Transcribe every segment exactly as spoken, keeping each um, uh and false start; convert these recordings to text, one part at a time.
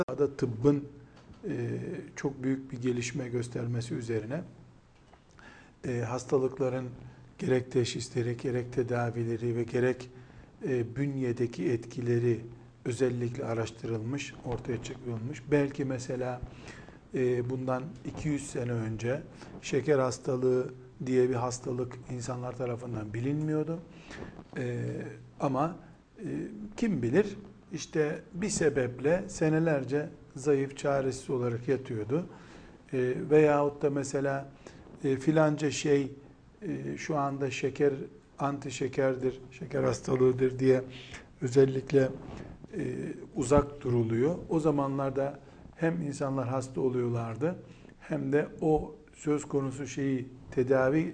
da tıbbın e, çok büyük bir gelişme göstermesi üzerine e, hastalıkların gerek teşhisleri, gerek tedavileri ve gerek e, bünyedeki etkileri özellikle araştırılmış, ortaya çıkılmış. Belki mesela e, bundan iki yüz sene önce şeker hastalığı diye bir hastalık insanlar tarafından bilinmiyordu. E, ama e, kim bilir işte bir sebeple senelerce zayıf, çaresiz olarak yatıyordu. E, veyahut da mesela e, filanca şey e, şu anda şeker, anti şekerdir, şeker hastalığıdır diye özellikle e, uzak duruluyor. O zamanlarda hem insanlar hasta oluyorlardı hem de o söz konusu şeyi tedavi e,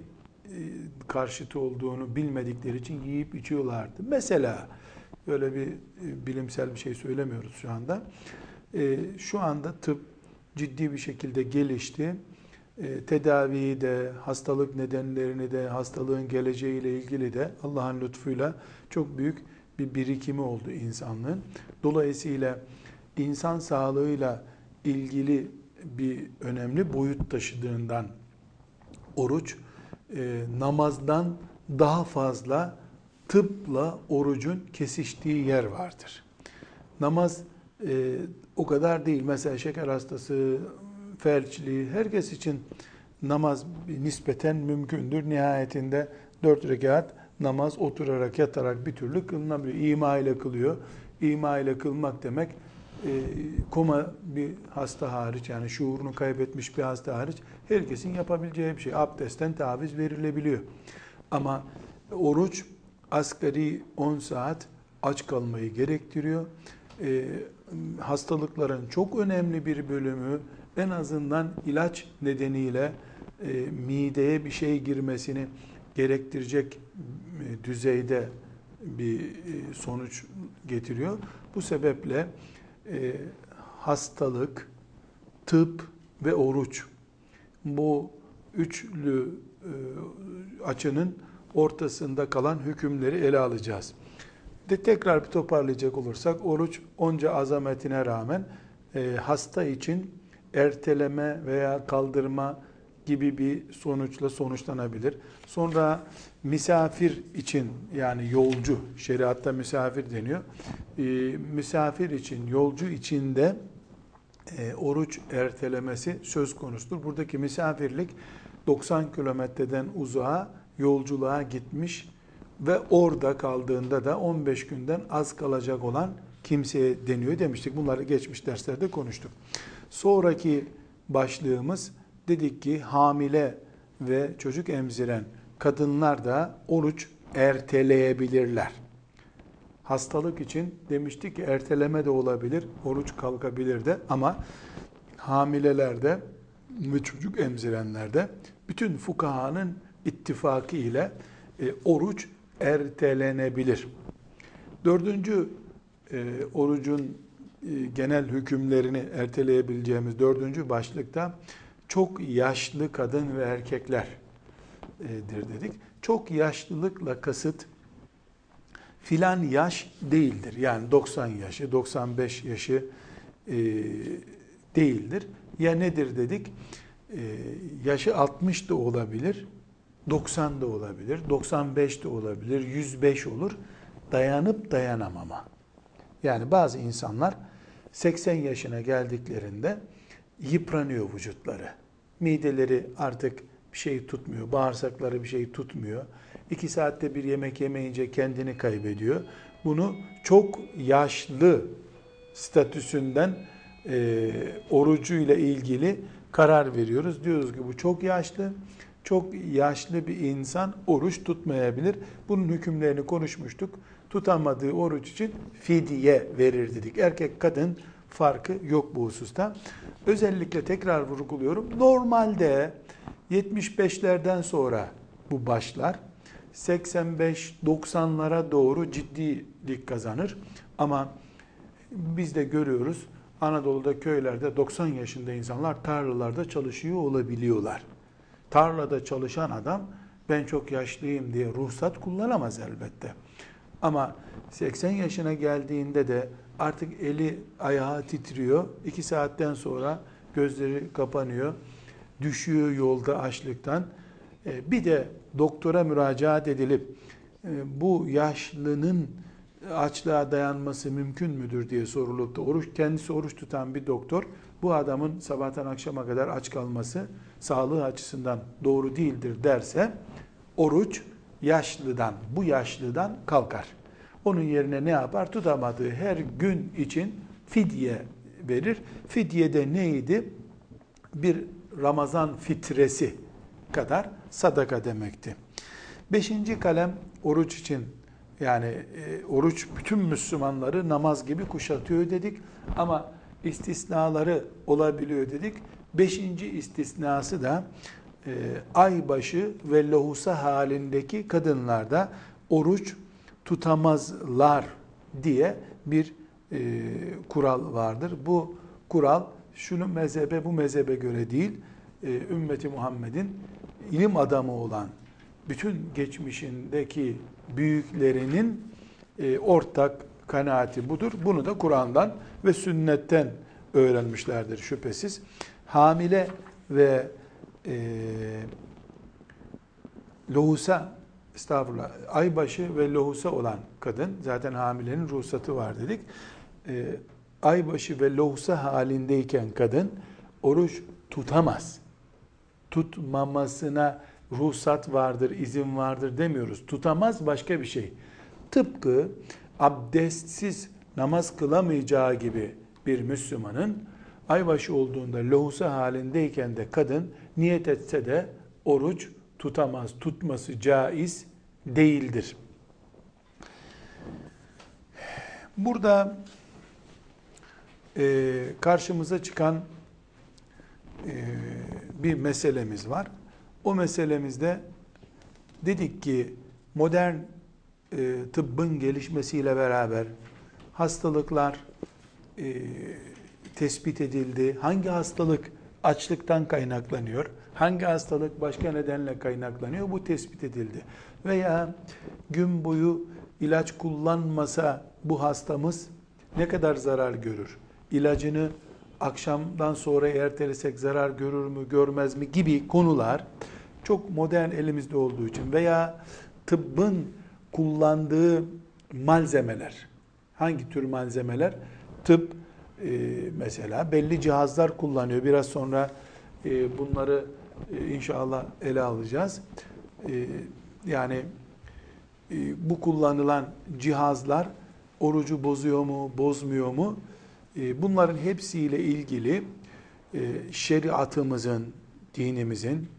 karşıtı olduğunu bilmedikleri için yiyip içiyorlardı. Mesela böyle bir e, bilimsel bir şey söylemiyoruz şu anda. E, şu anda tıp ciddi bir şekilde gelişti. E, tedaviyi de, hastalık nedenlerini de, hastalığın geleceğiyle ilgili de Allah'ın lütfuyla çok büyük bir birikimi oldu insanlığın. Dolayısıyla insan sağlığıyla ilgili bir önemli boyut taşıdığından oruç e, namazdan daha fazla tıpla orucun kesiştiği yer vardır. Namaz e, o kadar değil. Mesela şeker hastası, felçli, herkes için namaz nispeten mümkündür. Nihayetinde dört rekat namaz oturarak, yatarak bir türlü kılınabiliyor. İma ile kılıyor. İma ile kılmak demek e, koma bir hasta hariç, yani şuurunu kaybetmiş bir hasta hariç herkesin yapabileceği bir şey. Abdestten taviz verilebiliyor. Ama oruç asgari on saat aç kalmayı gerektiriyor. E, hastalıkların çok önemli bir bölümü en azından ilaç nedeniyle e, mideye bir şey girmesini gerektirecek e, düzeyde bir e, sonuç getiriyor. Bu sebeple e, hastalık, tıp ve oruç, bu üçlü e, açının ortasında kalan hükümleri ele alacağız. De tekrar bir toparlayacak olursak, oruç onca azametine rağmen e, hasta için erteleme veya kaldırma gibi bir sonuçla sonuçlanabilir. Sonra misafir için, yani yolcu, şeriatta misafir deniyor. E, misafir için, yolcu için de e, oruç ertelemesi söz konusudur. Buradaki misafirlik doksan kilometreden uzağa yolculuğa gitmiş ve orada kaldığında da on beş günden az kalacak olan kimseye deniyor demiştik. Bunları geçmiş derslerde konuştuk. Sonraki başlığımız, dedik ki hamile ve çocuk emziren kadınlar da oruç erteleyebilirler. Hastalık için demiştik ki erteleme de olabilir, oruç kalkabilir de, ama hamilelerde ve çocuk emzirenlerde bütün fukahanın ittifakı ile e, oruç ertelenebilir. Dördüncü e, orucun e, genel hükümlerini erteleyebileceğimiz dördüncü başlıkta çok yaşlı kadın ve erkeklerdir dedik. Çok yaşlılıkla kasıt filan yaş değildir. Yani doksan yaşı, doksan beş yaşı e, değildir. Ya nedir dedik? E, yaşı altmış da olabilir, doksan da olabilir, doksan beş de olabilir, yüz beş olur. Dayanıp dayanamama. Yani bazı insanlar seksen yaşına geldiklerinde yıpranıyor vücutları. Mideleri artık bir şey tutmuyor, bağırsakları bir şey tutmuyor. İki saatte bir yemek yemeyince kendini kaybediyor. Bunu çok yaşlı statüsünden e, orucuyla ilgili karar veriyoruz. Diyoruz ki bu çok yaşlı, çok yaşlı bir insan oruç tutmayabilir. Bunun hükümlerini konuşmuştuk. Tutamadığı oruç için fidye verir dedik. Erkek kadın farkı yok bu hususta. Özellikle tekrar vurguluyorum. Normalde yetmiş beşlerden sonra bu başlar. seksen beş doksanlara doğru ciddilik kazanır. Ama biz de görüyoruz, Anadolu'da köylerde doksan yaşında insanlar tarlalarda çalışıyor olabiliyorlar. Tarlada çalışan adam ben çok yaşlıyım diye ruhsat kullanamaz elbette. Ama seksen yaşına geldiğinde de artık eli ayağı titriyor. iki saatten sonra gözleri kapanıyor. Düşüyor yolda açlıktan. Bir de doktora müracaat edilip bu yaşlının açlığa dayanması mümkün müdür diye sorulup da oruç, kendisi oruç tutan bir doktor bu adamın sabahtan akşama kadar aç kalması sağlığı açısından doğru değildir derse oruç yaşlıdan, bu yaşlıdan kalkar. Onun yerine ne yapar? Tutamadığı her gün için fidye verir. Fidye de neydi? Bir Ramazan fitresi kadar sadaka demekti. Beşinci kalem oruç için, yani e, oruç bütün Müslümanları namaz gibi kuşatıyor dedik ama istisnaları olabiliyor dedik. Beşinci istisnası da e, aybaşı ve lohusa halindeki kadınlarda oruç tutamazlar diye bir e, kural vardır. Bu kural şunu mezhebe bu mezhebe göre değil, e, ümmeti Muhammed'in ilim adamı olan bütün geçmişindeki büyüklerinin e, ortak kanaati budur. Bunu da Kur'an'dan ve sünnetten öğrenmişlerdir şüphesiz. Hamile ve e, lohusa, estağfurullah, aybaşı ve lohusa olan kadın, zaten hamilenin ruhsatı var dedik. E, aybaşı ve lohusa halindeyken kadın oruç tutamaz. Tutmamasına ruhsat vardır, izin vardır demiyoruz. Tutamaz başka bir şey. Tıpkı abdestsiz namaz kılamayacağı gibi bir Müslümanın aybaşı olduğunda lohusa halindeyken de kadın niyet etse de oruç tutamaz. Tutması caiz değildir. Burada e, karşımıza çıkan e, bir meselemiz var. O meselemizde dedik ki modern e, tıbbın gelişmesiyle beraber hastalıklar e, tespit edildi. Hangi hastalık açlıktan kaynaklanıyor? Hangi hastalık başka nedenle kaynaklanıyor? Bu tespit edildi. Veya gün boyu ilaç kullanmasa bu hastamız ne kadar zarar görür? İlacını akşamdan sonra ertelesek zarar görür mü, görmez mi gibi konular çok modern elimizde olduğu için veya tıbbın kullandığı malzemeler, hangi tür malzemeler? Tıp e, mesela belli cihazlar kullanıyor. Biraz sonra e, bunları e, inşallah ele alacağız. E, yani e, bu kullanılan cihazlar orucu bozuyor mu, bozmuyor mu? E, bunların hepsiyle ilgili e, şeriatımızın, dinimizin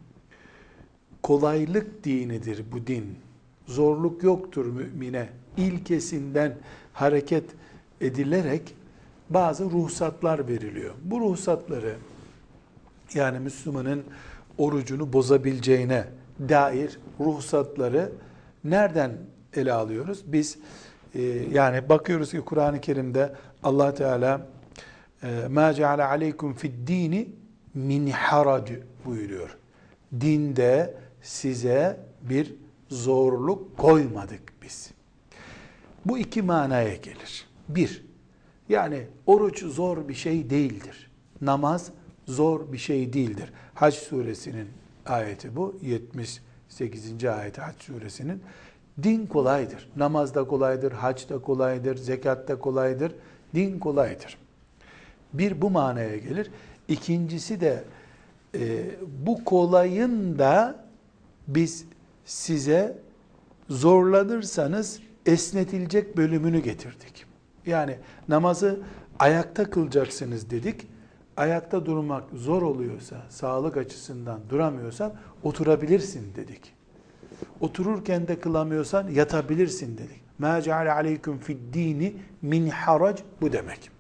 kolaylık dinidir bu din. Zorluk yoktur mümine. İlkesinden hareket edilerek bazı ruhsatlar veriliyor. Bu ruhsatları, yani Müslümanın orucunu bozabileceğine dair ruhsatları nereden ele alıyoruz? Biz e, yani bakıyoruz ki Kur'an-ı Kerim'de Allah Teala مَا جَعَلَ عَلَيْكُمْ فِي الدِّينِ مِنْ حَرَجِ buyuruyor. Dinde size bir zorluk koymadık biz. Bu iki manaya gelir. Bir, yani oruç zor bir şey değildir. Namaz zor bir şey değildir. Hac suresinin ayeti bu. yetmiş sekizinci ayeti Hac suresinin. Din kolaydır. Namaz da kolaydır, hac da kolaydır, zekat da kolaydır. Din kolaydır. Bir bu manaya gelir. İkincisi de e, bu kolayın da biz size zorlanırsanız esnetilecek bölümünü getirdik. Yani namazı ayakta kılacaksınız dedik. Ayakta durmak zor oluyorsa, sağlık açısından duramıyorsan oturabilirsin dedik. Otururken de kılamıyorsan yatabilirsin dedik. مَا جَعَلَ عَلَيْكُمْ فِي الدِّينِ مِنْ حَرَجٍ bu demek.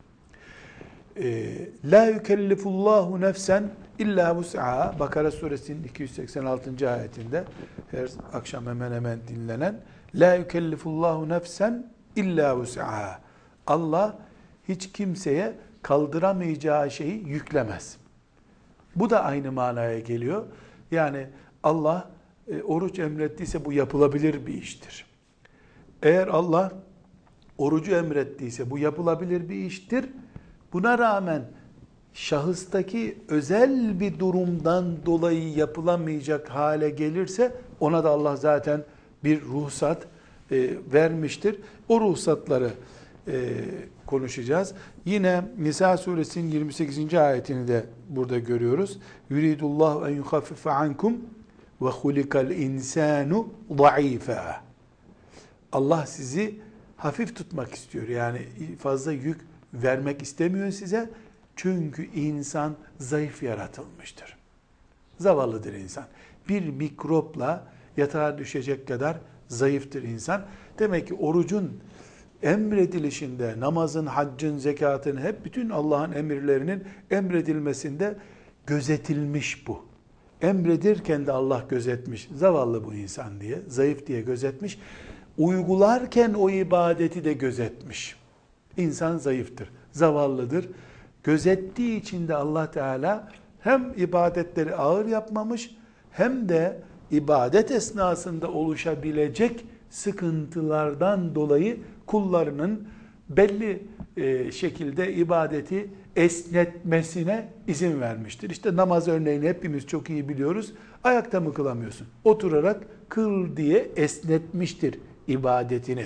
La yukellifullahu nefsen illa vus'aha. Bakara suresinin iki yüz seksen altıncı ayetinde her akşam hemen hemen dinlenen la yukellifullahu nefsen illa vus'aha. Allah hiç kimseye kaldıramayacağı şeyi yüklemez. Bu da aynı manaya geliyor. Yani Allah e, oruç emrettiyse bu yapılabilir bir iştir. Eğer Allah orucu emrettiyse bu yapılabilir bir iştir. Buna rağmen şahıstaki özel bir durumdan dolayı yapılamayacak hale gelirse ona da Allah zaten bir ruhsat e, vermiştir. O ruhsatları e, konuşacağız. Yine Nisa suresinin yirmi sekizinci ayetini de burada görüyoruz. Yuridullahu en yukhaffife ankum ve hulikal insanu zayıfa. Allah sizi hafif tutmak istiyor. Yani fazla yük vermek istemiyor size. Çünkü insan zayıf yaratılmıştır. Zavallıdır insan. Bir mikropla yatağa düşecek kadar zayıftır insan. Demek ki orucun emredilişinde, namazın, haccın, zekatın, hep bütün Allah'ın emirlerinin emredilmesinde gözetilmiş bu. Emredirken de Allah gözetmiş. Zavallı bu insan diye, zayıf diye gözetmiş. Uygularken o ibadeti de gözetmiş. İnsan zayıftır, zavallıdır. Gözettiği için de Allah Teala hem ibadetleri ağır yapmamış hem de ibadet esnasında oluşabilecek sıkıntılardan dolayı kullarının belli e, şekilde ibadeti esnetmesine izin vermiştir. İşte namaz örneğini hepimiz çok iyi biliyoruz. Ayakta mı kılamıyorsun? Oturarak kıl diye esnetmiştir ibadetini.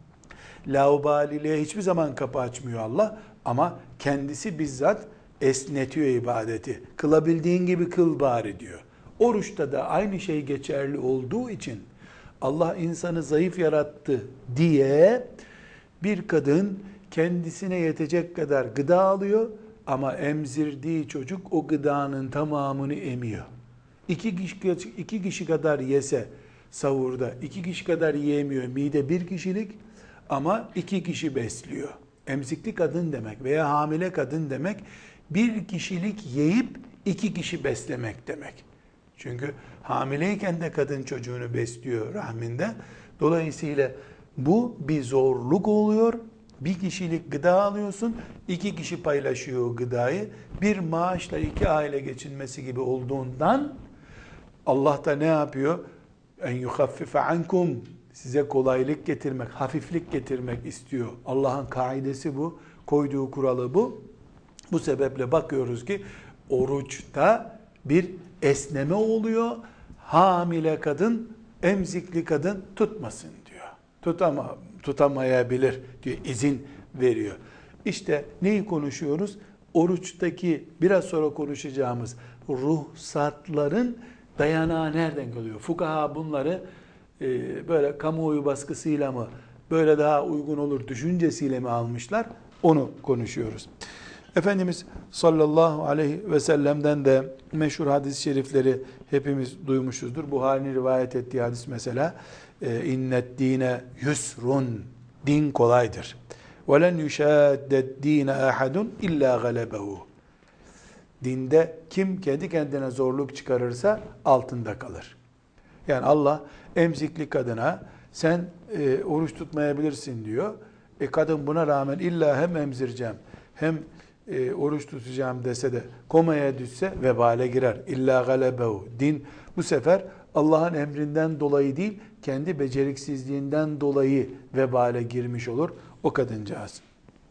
Laubaliliğe hiçbir zaman kapı açmıyor Allah ama kendisi bizzat esnetiyor ibadeti. Kılabildiğin gibi kıl bari diyor. Oruçta da aynı şey geçerli olduğu için Allah insanı zayıf yarattı diye bir kadın kendisine yetecek kadar gıda alıyor ama emzirdiği çocuk o gıdanın tamamını emiyor. İki kişi, iki kişi kadar yese sahurda, iki kişi kadar yiyemiyor. Mide bir kişilik ama iki kişi besliyor. Emzikli kadın demek veya hamile kadın demek bir kişilik yiyip iki kişi beslemek demek. Çünkü hamileyken de kadın çocuğunu besliyor rahminde. Dolayısıyla bu bir zorluk oluyor. Bir kişilik gıda alıyorsun, iki kişi paylaşıyor gıdayı. Bir maaşla iki aile geçinmesi gibi olduğundan Allah da ne yapıyor? En yukhaffife ankum, size kolaylık getirmek, hafiflik getirmek istiyor. Allah'ın kaidesi bu, koyduğu kuralı bu. Bu sebeple bakıyoruz ki oruçta bir esneme oluyor. Hamile kadın, emzikli kadın tutmasın diyor. Tutama, tutamayabilir diyor, izin veriyor. İşte neyi konuşuyoruz? Oruçtaki biraz sonra konuşacağımız ruhsatların dayanağı nereden geliyor? Fukaha bunları e, böyle kamuoyu baskısıyla mı, böyle daha uygun olur düşüncesiyle mi almışlar? Onu konuşuyoruz. Efendimiz sallallahu aleyhi ve sellem'den de meşhur hadis-i şerifleri hepimiz duymuşuzdur. Buhari'nin rivayet ettiği hadis mesela innet dine yusrun, din kolaydır. Ve len yuşaddet dine ahadun illa galebehu. Dinde kim kendi kendine zorluk çıkarırsa altında kalır. Yani Allah emzikli kadına sen e, oruç tutmayabilirsin diyor. E kadın buna rağmen illa hem emzireceğim hem e, oruç tutacağım dese de komaya düşse vebale girer. İlla galebehu. Din bu sefer Allah'ın emrinden dolayı değil, kendi beceriksizliğinden dolayı vebale girmiş olur o kadıncağız.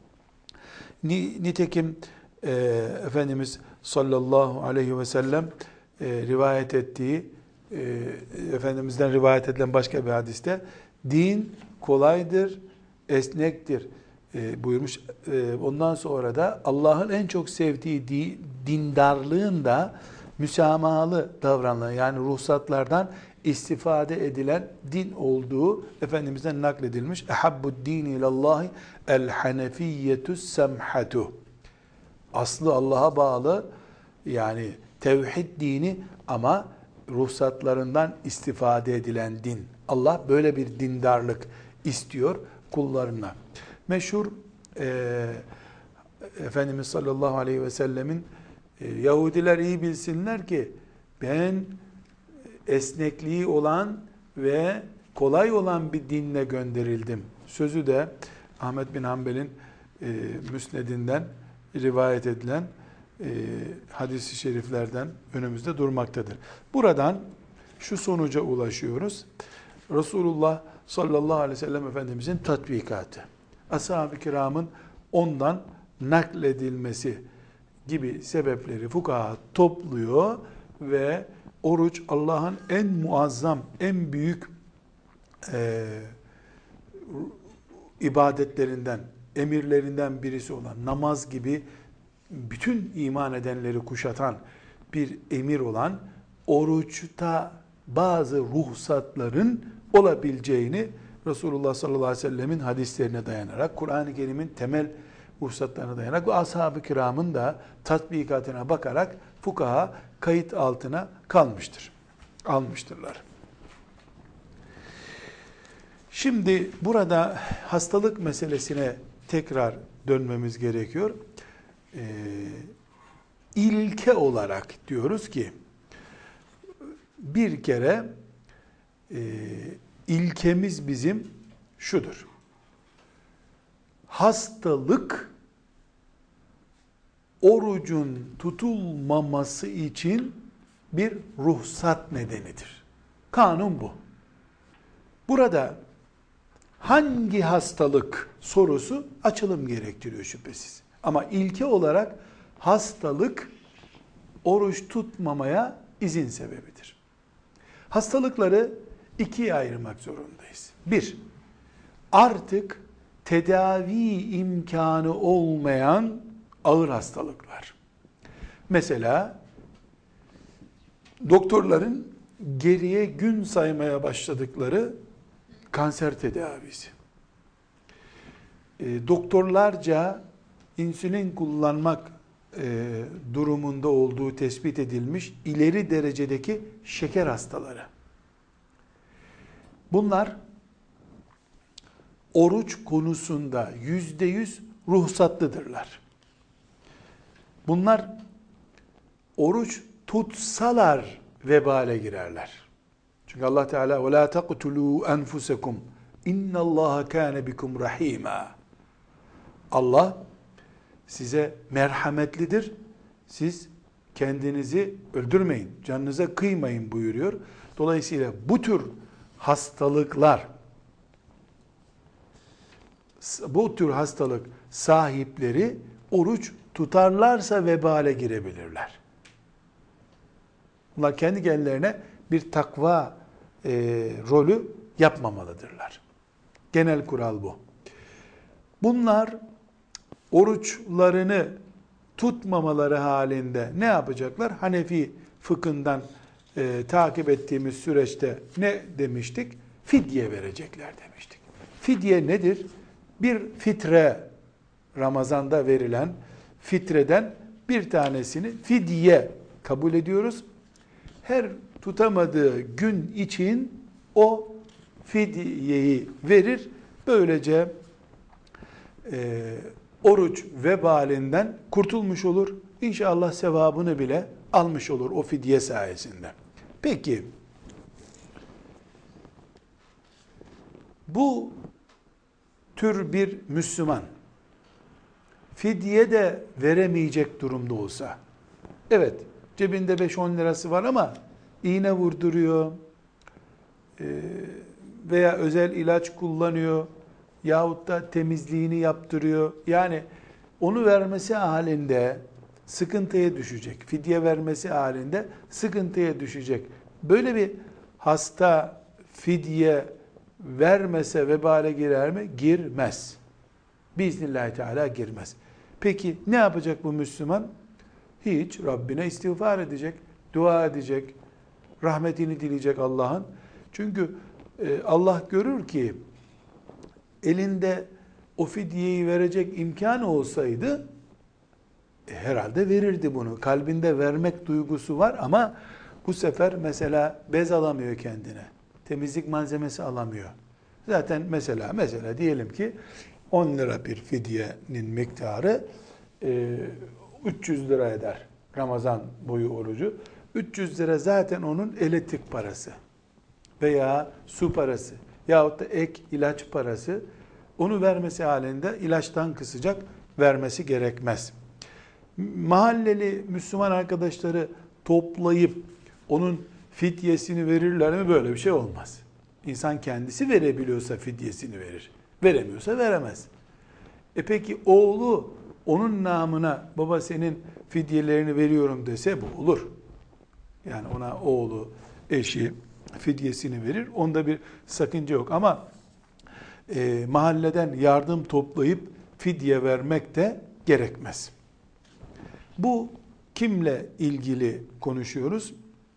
Nitekim e, Efendimiz sallallahu aleyhi ve sellem e, rivayet ettiği, e, Efendimiz'den rivayet edilen başka bir hadiste, din kolaydır, esnektir e, buyurmuş. E, ondan sonra da Allah'ın en çok sevdiği di, dindarlığın da müsamahalı davranılan, yani ruhsatlardan istifade edilen din olduğu Efendimiz'den nakledilmiş. Ehabbud dini ilallahi el hanefiyyetus semhatu. Aslı Allah'a bağlı, yani tevhid dini ama ruhsatlarından istifade edilen din. Allah böyle bir dindarlık istiyor kullarına. Meşhur e, Efendimiz sallallahu aleyhi ve sellemin e, Yahudiler iyi bilsinler ki ben esnekliği olan ve kolay olan bir dinle gönderildim. Sözü de Ahmet bin Hanbel'in e, müsnedinden rivayet edilen e, hadis-i şeriflerden önümüzde durmaktadır. Buradan şu sonuca ulaşıyoruz. Resulullah sallallahu aleyhi ve sellem Efendimizin tatbikatı. Ashab-ı kiramın ondan nakledilmesi gibi sebepleri fukaha topluyor ve oruç Allah'ın en muazzam, en büyük e, ibadetlerinden, emirlerinden birisi olan namaz gibi bütün iman edenleri kuşatan bir emir olan oruçta bazı ruhsatların olabileceğini Resulullah sallallahu aleyhi ve sellemin hadislerine dayanarak, Kur'an-ı Kerim'in temel ruhsatlarına dayanarak ve ashab-ı kiramın da tatbikatına bakarak fukaha kayıt altına kalmıştır. Almıştırlar. Şimdi burada hastalık meselesine tekrar dönmemiz gerekiyor. Ee, ilke olarak diyoruz ki bir kere e, ilkemiz bizim şudur. Hastalık orucun tutulmaması için bir ruhsat nedenidir. Kanun bu. Burada hangi hastalık sorusu açılım gerektiriyor şüphesiz. Ama ilke olarak hastalık oruç tutmamaya izin sebebidir. Hastalıkları ikiye ayırmak zorundayız. Bir, artık tedavi imkanı olmayan ağır hastalıklar. Mesela doktorların geriye gün saymaya başladıkları kanser tedavisi. E, doktorlarca insülin kullanmak e, durumunda olduğu tespit edilmiş ileri derecedeki şeker hastaları. Bunlar oruç konusunda yüzde yüz ruhsatlıdırlar. Bunlar oruç tutsalar vebale girerler. Çünkü Allah Teala وَلَا تَقْتُلُوا أَنْفُسَكُمْ اِنَّ اللّٰهَ كَانَ بِكُمْ رَح۪يمًا Allah size merhametlidir. Siz kendinizi öldürmeyin, canınıza kıymayın buyuruyor. Dolayısıyla bu tür hastalıklar, bu tür hastalık sahipleri oruç tutarlarsa vebale girebilirler. Bunlar kendi kendilerine bir takva e, rolü yapmamalıdırlar. Genel kural bu. Bunlar oruçlarını tutmamaları halinde ne yapacaklar? Hanefi fıkhından e, takip ettiğimiz süreçte ne demiştik? Fidye verecekler demiştik. Fidye nedir? Bir fitre, Ramazan'da verilen fitreden bir tanesini fidye kabul ediyoruz. Her tutamadığı gün için o fidyeyi verir. Böylece e, oruç vebalinden kurtulmuş olur. İnşallah sevabını bile almış olur o fidye sayesinde. Peki, bu tür bir Müslüman fidye de veremeyecek durumda olsa, evet cebinde beş on lirası var ama iğne vurduruyor veya özel ilaç kullanıyor yahut da temizliğini yaptırıyor. Yani onu vermesi halinde sıkıntıya düşecek. Fidye vermesi halinde sıkıntıya düşecek. Böyle bir hasta fidye vermese vebale girer mi? Girmez. Biiznillahü Teala girmez. Peki ne yapacak bu Müslüman? Hiç, Rabbine istiğfar edecek, dua edecek, rahmetini dileyecek Allah'ın. Çünkü Allah görür ki elinde o fidyeyi verecek imkanı olsaydı e, herhalde verirdi bunu. Kalbinde vermek duygusu var ama bu sefer mesela bez alamıyor kendine. Temizlik malzemesi alamıyor. Zaten mesela mesela diyelim ki on lira bir fidyenin miktarı e, üç yüz lira eder. Ramazan boyu orucu. üç yüz lira zaten onun elektrik parası veya su parası yahut da ek ilaç parası. Onu vermesi halinde ilaçtan kısacak, vermesi gerekmez. Mahalleli Müslüman arkadaşları toplayıp onun fidyesini verirler mi? Böyle bir şey olmaz. İnsan kendisi verebiliyorsa fidyesini verir. Veremiyorsa veremez. E peki oğlu onun namına baba senin fidyelerini veriyorum dese bu olur. Yani ona oğlu, eşi fidyesini verir. Onda bir sakınca yok. Ama e, mahalleden yardım toplayıp fidye vermek de gerekmez. Bu kimle ilgili konuşuyoruz?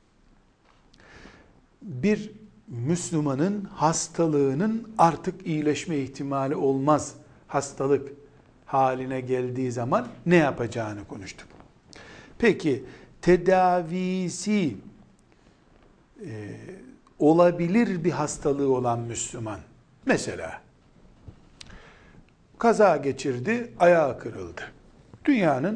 Bir Müslümanın hastalığının artık iyileşme ihtimali olmaz hastalık haline geldiği zaman ne yapacağını konuştuk. Peki tedavisi e, olabilir bir hastalığı olan Müslüman, mesela kaza geçirdi, ayağı kırıldı. Dünyanın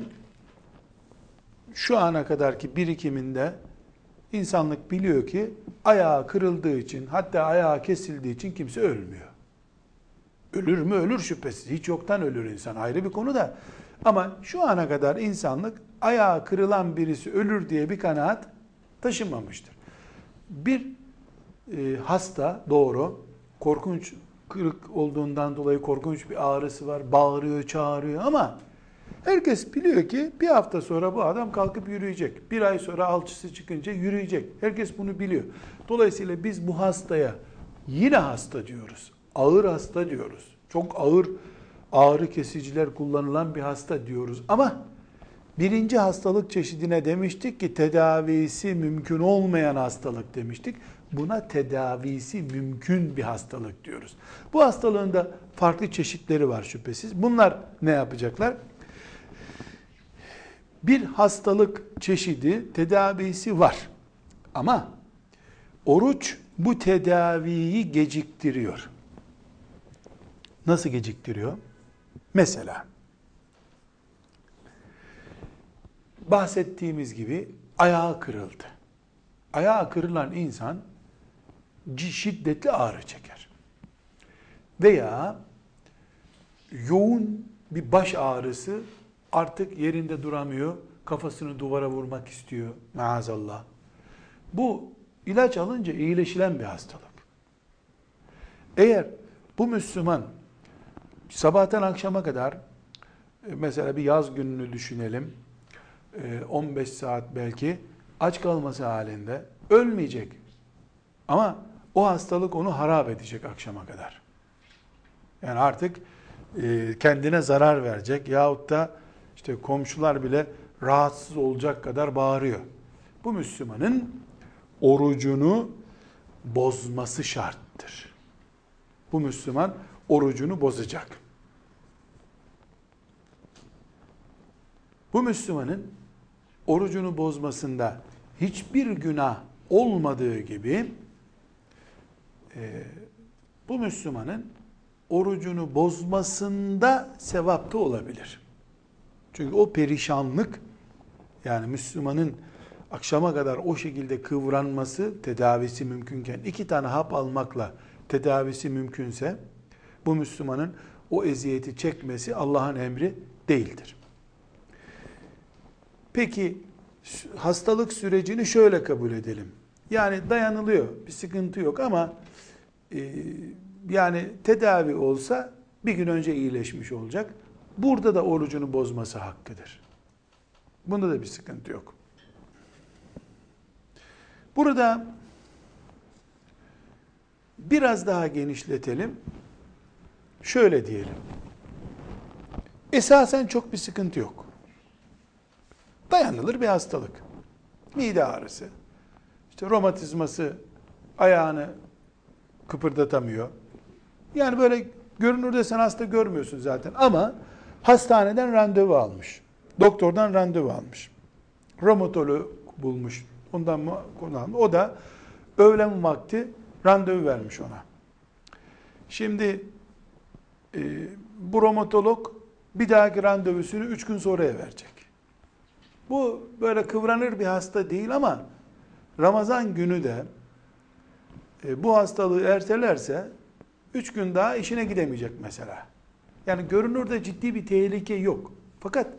şu ana kadarki birikiminde insanlık biliyor ki ayağı kırıldığı için, hatta ayağı kesildiği için kimse ölmüyor. Ölür mü? Ölür şüphesiz. Hiç yoktan ölür insan. Ayrı bir konu da. Ama şu ana kadar insanlık ayağı kırılan birisi ölür diye bir kanaat taşımamıştır. Bir e, hasta doğru, korkunç kırık olduğundan dolayı korkunç bir ağrısı var, bağırıyor, çağırıyor ama herkes biliyor ki bir hafta sonra bu adam kalkıp yürüyecek. Bir ay sonra alçısı çıkınca yürüyecek. Herkes bunu biliyor. Dolayısıyla biz bu hastaya yine hasta diyoruz. Ağır hasta diyoruz. Çok ağır ağrı kesiciler kullanılan bir hasta diyoruz. Ama birinci hastalık çeşidine demiştik ki tedavisi mümkün olmayan hastalık demiştik. Buna tedavisi mümkün bir hastalık diyoruz. Bu hastalığın da farklı çeşitleri var şüphesiz. Bunlar ne yapacaklar? Bir hastalık çeşidi tedavisi var. Ama oruç bu tedaviyi geciktiriyor. Nasıl geciktiriyor? Mesela bahsettiğimiz gibi ayağı kırıldı. Ayağı kırılan insan şiddetli ağrı çeker. Veya yoğun bir baş ağrısı, artık yerinde duramıyor, kafasını duvara vurmak istiyor maazallah. Bu ilaç alınca iyileşilen bir hastalık. Eğer bu Müslüman sabahtan akşama kadar, mesela bir yaz gününü düşünelim, on beş saat belki aç kalması halinde ölmeyecek. Ama o hastalık onu harap edecek akşama kadar. Yani artık kendine zarar verecek yahut da işte komşular bile rahatsız olacak kadar bağırıyor. Bu Müslümanın orucunu bozması şarttır. Bu Müslüman orucunu bozacak. Bu Müslümanın orucunu bozmasında hiçbir günah olmadığı gibi e, bu Müslümanın orucunu bozmasında sevap da olabilir. Çünkü o perişanlık, yani Müslümanın akşama kadar o şekilde kıvranması tedavisi mümkünken, iki tane hap almakla tedavisi mümkünse bu Müslümanın o eziyeti çekmesi Allah'ın emri değildir. Peki hastalık sürecini şöyle kabul edelim. Yani dayanılıyor, bir sıkıntı yok ama e, yani tedavi olsa bir gün önce iyileşmiş olacak. Burada da orucunu bozması hakkıdır. Bunda da bir sıkıntı yok. Burada biraz daha genişletelim. Şöyle diyelim. Esasen çok bir sıkıntı yok. Dayanılır bir hastalık. Mide ağrısı, işte romatizması, ayağını kıpırdatamıyor. Yani böyle görünürde sen hasta görmüyorsun zaten ama hastaneden randevu almış. Doktordan randevu almış. Romatoloğu bulmuş. Ondan mı kullanmış. O da öğlen vakti randevu vermiş ona. Şimdi e, bu romatolog bir dahaki randevusunu üç gün sonraya verecek. Bu böyle kıvranır bir hasta değil ama Ramazan günü de e, bu hastalığı ertelerse üç gün daha işine gidemeyecek mesela. Yani görünürde ciddi bir tehlike yok. Fakat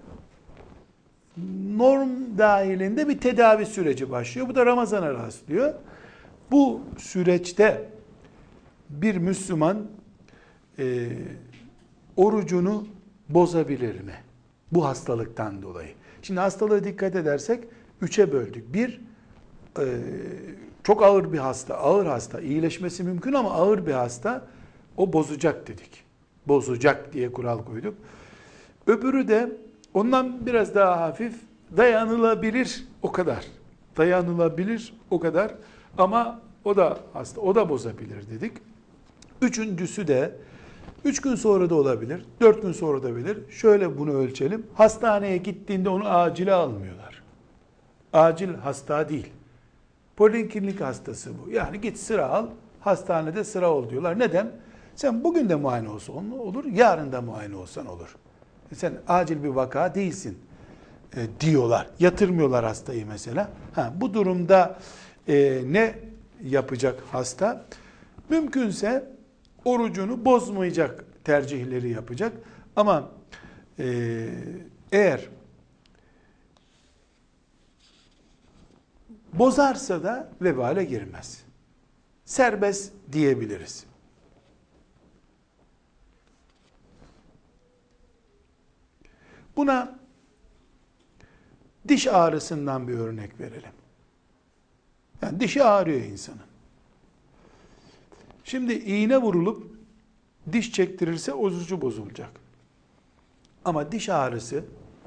norm dahilinde bir tedavi süreci başlıyor. Bu da Ramazan'a rastlıyor. Bu süreçte bir Müslüman e, orucunu bozabilir mi? Bu hastalıktan dolayı. Şimdi hastalığı dikkat edersek üçe böldük. Bir, e, çok ağır bir hasta, ağır hasta, iyileşmesi mümkün ama ağır bir hasta, o bozacak dedik. Bozacak diye kural koyduk. Öbürü de ondan biraz daha hafif, dayanılabilir o kadar. Dayanılabilir o kadar ama o da hasta, o da bozabilir dedik. Üçüncüsü de üç gün sonra da olabilir, dört gün sonra da olabilir. Şöyle bunu ölçelim. Hastaneye gittiğinde onu acile almıyorlar. Acil hasta değil. Poliklinik hastası bu. Yani git sıra al, hastanede sıra ol diyorlar. Neden? Sen bugün de muayene olsan olur, yarın da muayene olsan olur. Sen acil bir vaka değilsin e, diyorlar. Yatırmıyorlar hastayı mesela. Ha, bu durumda e, ne yapacak hasta? Mümkünse orucunu bozmayacak tercihleri yapacak. Ama e, eğer bozarsa da vebale girmez. Serbest diyebiliriz. Buna diş ağrısından bir örnek verelim. Yani dişi ağrıyor insanın. Şimdi iğne vurulup diş çektirirse orucu bozulacak. Ama diş ağrısı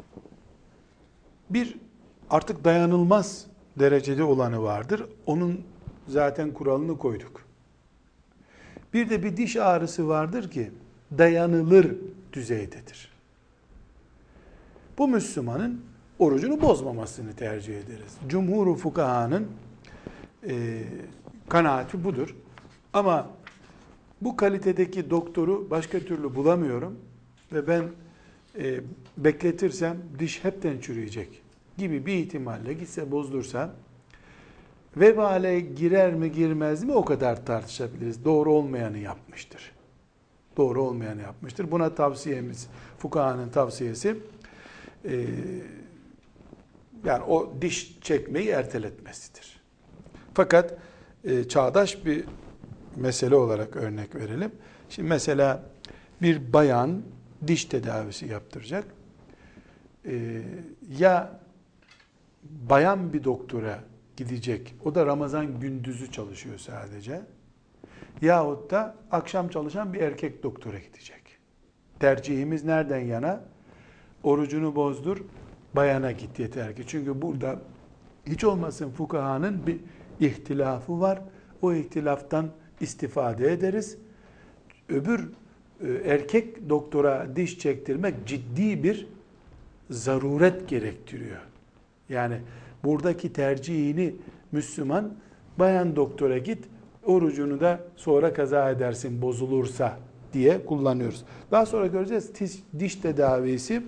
bir artık dayanılmaz derecede olanı vardır. Onun zaten kuralını koyduk. Bir de bir diş ağrısı vardır ki dayanılır düzeydedir. Bu Müslümanın orucunu bozmamasını tercih ederiz. Cumhur-u fukahanın e, kanaati budur. Ama bu kalitedeki doktoru başka türlü bulamıyorum ve ben e, bekletirsem diş hepten çürüyecek gibi bir ihtimalle gitse bozdursa vebale girer mi girmez mi o kadar tartışabiliriz. Doğru olmayanı yapmıştır. Doğru olmayanı yapmıştır. Buna tavsiyemiz, fukahanın tavsiyesi e, yani o diş çekmeyi erteletmesidir. Fakat e, çağdaş bir mesele olarak örnek verelim. Şimdi mesela bir bayan diş tedavisi yaptıracak. Ee, ya bayan bir doktora gidecek. O da Ramazan gündüzü çalışıyor sadece. Yahut da akşam çalışan bir erkek doktora gidecek. Tercihimiz nereden yana? Orucunu bozdur, bayana git yeter ki. Çünkü burada hiç olmasın fukahanın bir ihtilafı var. O ihtilaftan istifade ederiz. Öbür erkek doktora diş çektirmek ciddi bir zaruret gerektiriyor. Yani buradaki tercihini Müslüman bayan doktora git, orucunu da sonra kaza edersin bozulursa diye kullanıyoruz. Daha sonra göreceğiz diş, diş tedavisi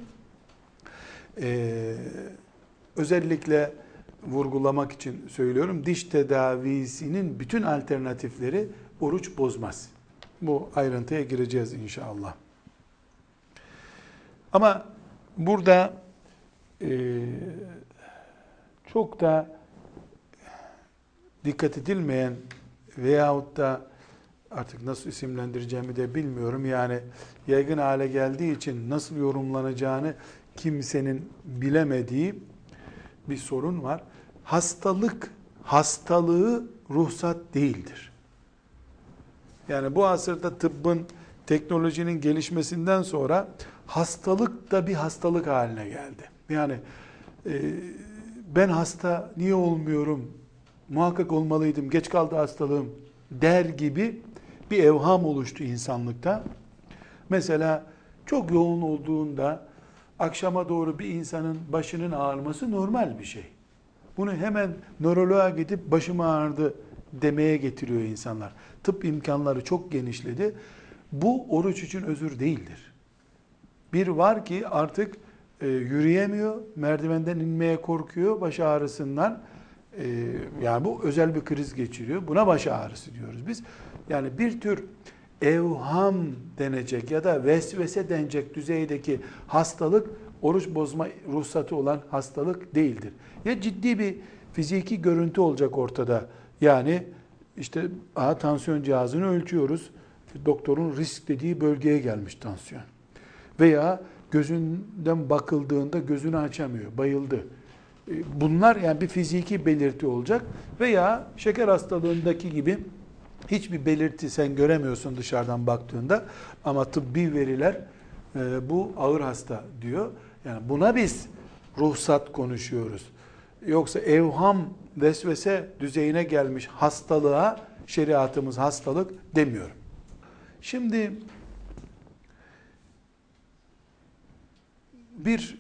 e, özellikle vurgulamak için söylüyorum. Diş tedavisinin bütün alternatifleri oruç bozmaz. Bu ayrıntıya gireceğiz inşallah. Ama burada e, çok da dikkat edilmeyen veyahut da artık nasıl isimlendireceğimi de bilmiyorum. Yani yaygın hale geldiği için nasıl yorumlanacağını kimsenin bilemediği bir sorun var. Hastalık, hastalığı ruhsat değildir. Yani bu asırda tıbbın, teknolojinin gelişmesinden sonra hastalık da bir hastalık haline geldi. Yani e, ben hasta niye olmuyorum, muhakkak olmalıydım, geç kaldı hastalığım der gibi bir evham oluştu insanlıkta. Mesela çok yoğun olduğunda akşama doğru bir insanın başının ağrıması normal bir şey. Bunu hemen nöroloğa gidip başım ağrıdı demeye getiriyor insanlar. Tıp imkanları çok genişledi. Bu oruç için özür değildir. Bir var ki artık e, yürüyemiyor, merdivenden inmeye korkuyor baş ağrısından. E, yani bu özel bir kriz geçiriyor. Buna baş ağrısı diyoruz biz. Yani bir tür evham denecek ya da vesvese denecek düzeydeki hastalık oruç bozma ruhsatı olan hastalık değildir. Ya ciddi bir fiziki görüntü olacak ortada. Yani İşte aha, tansiyon cihazını ölçüyoruz. Doktorun risk dediği bölgeye gelmiş tansiyon. Veya gözünden bakıldığında gözünü açamıyor, bayıldı. Bunlar yani bir fiziki belirti olacak. Veya şeker hastalığındaki gibi hiçbir belirti sen göremiyorsun dışarıdan baktığında ama tıbbi veriler e, bu ağır hasta diyor. Yani buna biz ruhsat konuşuyoruz. Yoksa evham, vesvese düzeyine gelmiş hastalığa şeriatımız hastalık demiyor. Şimdi bir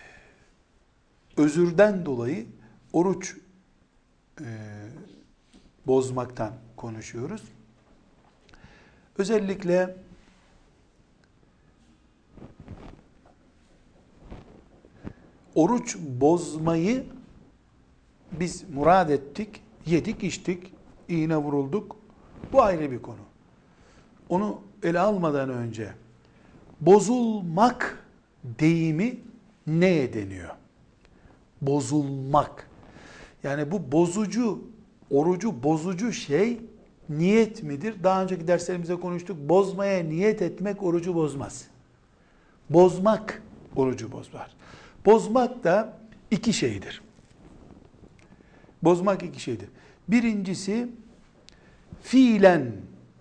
özürden dolayı oruç e, bozmaktan konuşuyoruz. Özellikle oruç bozmayı biz murad ettik, yedik, içtik, iğne vurulduk. Bu ayrı bir konu. Onu ele almadan önce bozulmak deyimi neye deniyor? Bozulmak. Yani bu bozucu, orucu bozucu şey niyet midir? Daha önceki derslerimizde konuştuk. Bozmaya niyet etmek orucu bozmaz. Bozmak orucu bozar. Bozmak da iki şeydir. Bozmak iki şeydir. Birincisi fiilen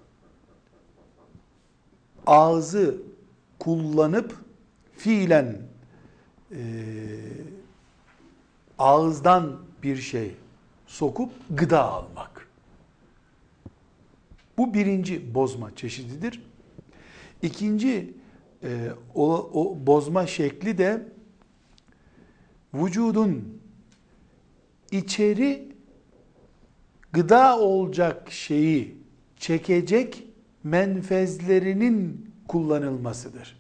ağzı kullanıp fiilen e, ağızdan bir şey sokup gıda almak. Bu birinci bozma çeşididir. İkinci e, o, o bozma şekli de vücudun içeri gıda olacak şeyi çekecek menfezlerinin kullanılmasıdır.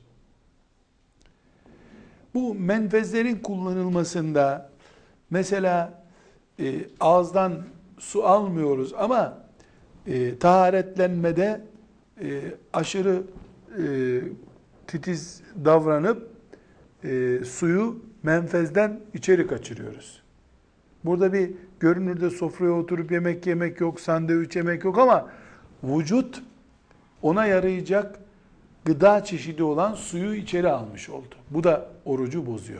Bu menfezlerin kullanılmasında mesela e, ağızdan su almıyoruz ama e, taharetlenmede e, aşırı e, titiz davranıp e, suyu menfezden içeri kaçırıyoruz. Burada bir görünürde sofraya oturup yemek yemek yok, sandviç yemek yok ama vücut ona yarayacak gıda çeşidi olan suyu içeri almış oldu. Bu da orucu bozuyor.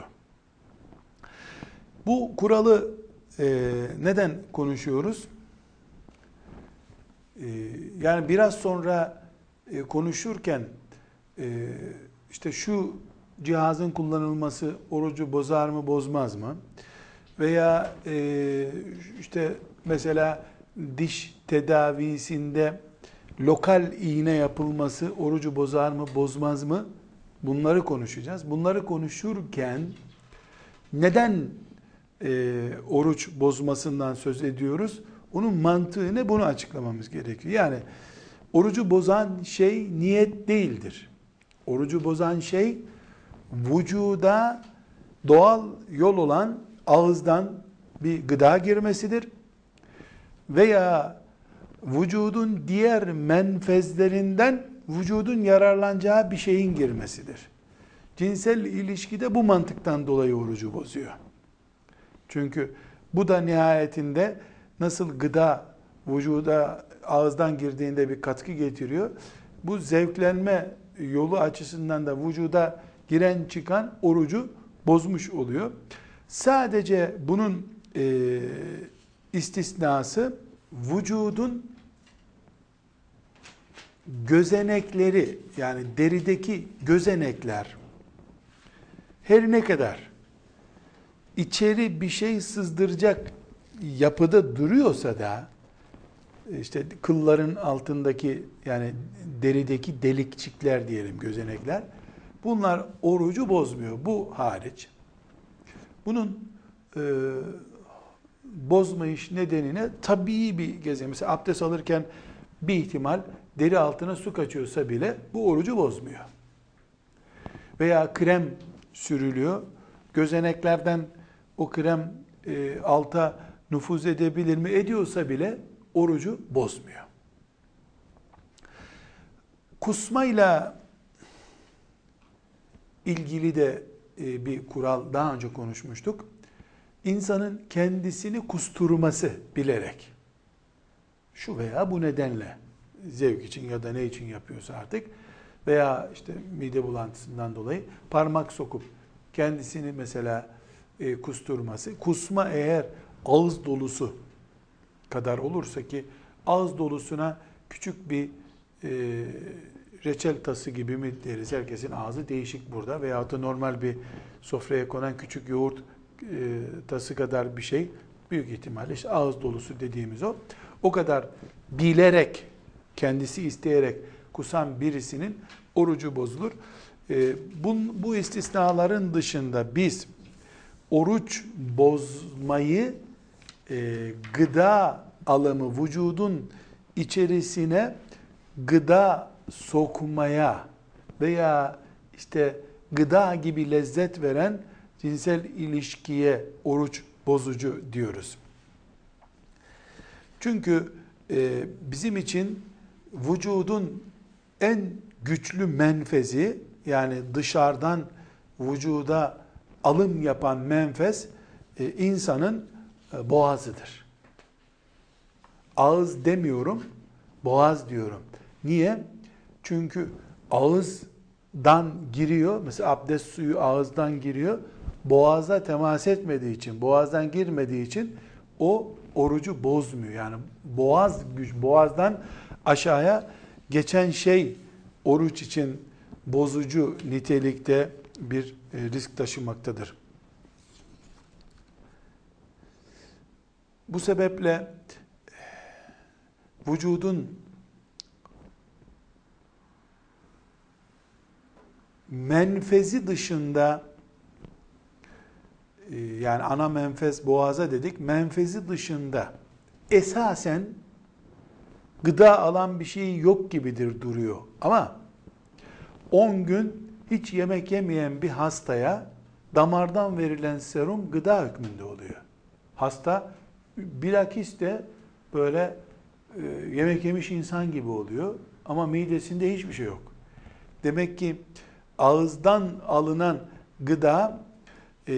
Bu kuralı e, neden konuşuyoruz? E, yani biraz sonra e, konuşurken e, işte şu cihazın kullanılması orucu bozar mı bozmaz mı? Veya e, işte mesela diş tedavisinde lokal iğne yapılması orucu bozar mı bozmaz mı? Bunları konuşacağız. Bunları konuşurken neden e, oruç bozmasından söz ediyoruz? Onun mantığı ne? Bunu açıklamamız gerekiyor. Yani orucu bozan şey niyet değildir. Orucu bozan şey vücuda doğal yol olan ağızdan bir gıda girmesidir. Veya vücudun diğer menfezlerinden vücudun yararlanacağı bir şeyin girmesidir. Cinsel ilişkide bu mantıktan dolayı orucu bozuyor. Çünkü bu da nihayetinde nasıl gıda vücuda ağızdan girdiğinde bir katkı getiriyor. Bu zevklenme yolu açısından da vücuda giren çıkan orucu bozmuş oluyor. Sadece bunun e, istisnası vücudun gözenekleri, yani derideki gözenekler her ne kadar içeri bir şey sızdıracak yapıda duruyorsa da işte kılların altındaki yani derideki delikçikler diyelim, gözenekler, bunlar orucu bozmuyor. Bu hariç. Bunun e, bozmayış nedenine tabii bir gezen. Mesela abdest alırken bir ihtimal deri altına su kaçıyorsa bile bu orucu bozmuyor. Veya krem sürülüyor. Gözeneklerden o krem e, alta nüfuz edebilir mi? Ediyorsa bile orucu bozmuyor. Kusmayla ilgili de e, bir kural daha önce konuşmuştuk. İnsanın kendisini kusturması bilerek, şu veya bu nedenle, zevk için ya da ne için yapıyorsa artık, veya işte mide bulantısından dolayı parmak sokup kendisini mesela e, kusturması, kusma eğer ağız dolusu kadar olursa, ki ağız dolusuna küçük bir e, reçel tası gibi mi deriz? Herkesin ağzı değişik burada. Veyahut da normal bir sofraya konan küçük yoğurt e, tası kadar bir şey, büyük ihtimalle işte ağız dolusu dediğimiz o. O kadar bilerek, kendisi isteyerek kusan birisinin orucu bozulur. E, bu, bu istisnaların dışında biz oruç bozmayı e, gıda alımı, vücudun içerisine gıda sokmaya veya işte gıda gibi lezzet veren cinsel ilişkiye oruç bozucu diyoruz. Çünkü e, bizim için vücudun en güçlü menfezi, yani dışarıdan vücuda alım yapan menfez e, insanın e, boğazıdır. Ağız demiyorum, boğaz diyorum. Niye? Çünkü ağızdan giriyor. Mesela abdest suyu ağızdan giriyor. Boğaza temas etmediği için, boğazdan girmediği için o orucu bozmuyor. Yani boğaz güç, boğazdan aşağıya geçen şey oruç için bozucu nitelikte bir risk taşımaktadır. Bu sebeple vücudun menfezi dışında, yani ana menfez boğaza dedik, menfezi dışında esasen gıda alan bir şey yok gibidir duruyor. Ama on gün hiç yemek yemeyen bir hastaya damardan verilen serum gıda hükmünde oluyor. Hasta bilakis de böyle e, yemek yemiş insan gibi oluyor ama midesinde hiçbir şey yok. Demek ki ağızdan alınan gıda e,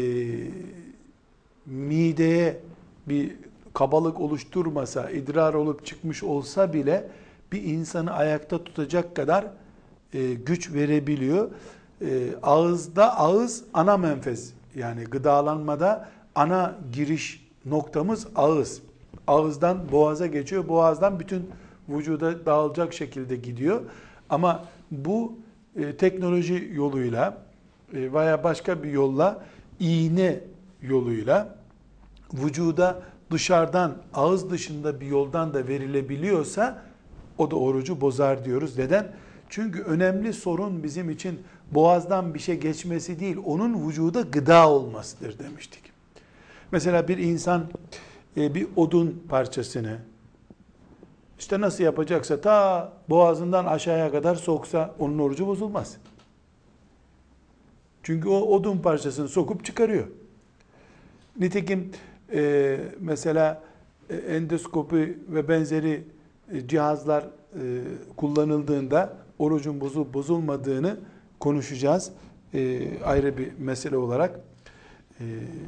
mideye bir kabalık oluşturmasa, idrar olup çıkmış olsa bile bir insanı ayakta tutacak kadar e, güç verebiliyor. E, ağızda, ağız ana menfez, yani gıdalanmada ana giriş noktamız ağız. Ağızdan boğaza geçiyor, boğazdan bütün vücuda dağılacak şekilde gidiyor. Ama bu e, teknoloji yoluyla e, veya başka bir yolla, iğne yoluyla vücuda dışarıdan, ağız dışında bir yoldan da verilebiliyorsa o da orucu bozar diyoruz. Neden? Çünkü önemli sorun bizim için boğazdan bir şey geçmesi değil, onun vücuda gıda olmasıdır demiştik. Mesela bir insan e, bir odun parçasını işte nasıl yapacaksa ta boğazından aşağıya kadar soksa onun orucu bozulmaz. Çünkü o odun parçasını sokup çıkarıyor. Nitekim e, mesela e, endoskopi ve benzeri e, cihazlar e, kullanıldığında orucun bozulup bozulmadığını konuşacağız. E, ayrı bir mesele olarak e,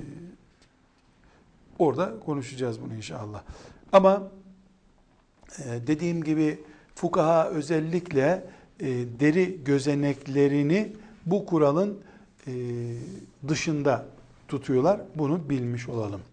orada konuşacağız bunu inşallah. Ama e, dediğim gibi fukaha özellikle e, deri gözeneklerini bu kuralın e, dışında tutuyorlar. Bunu bilmiş olalım.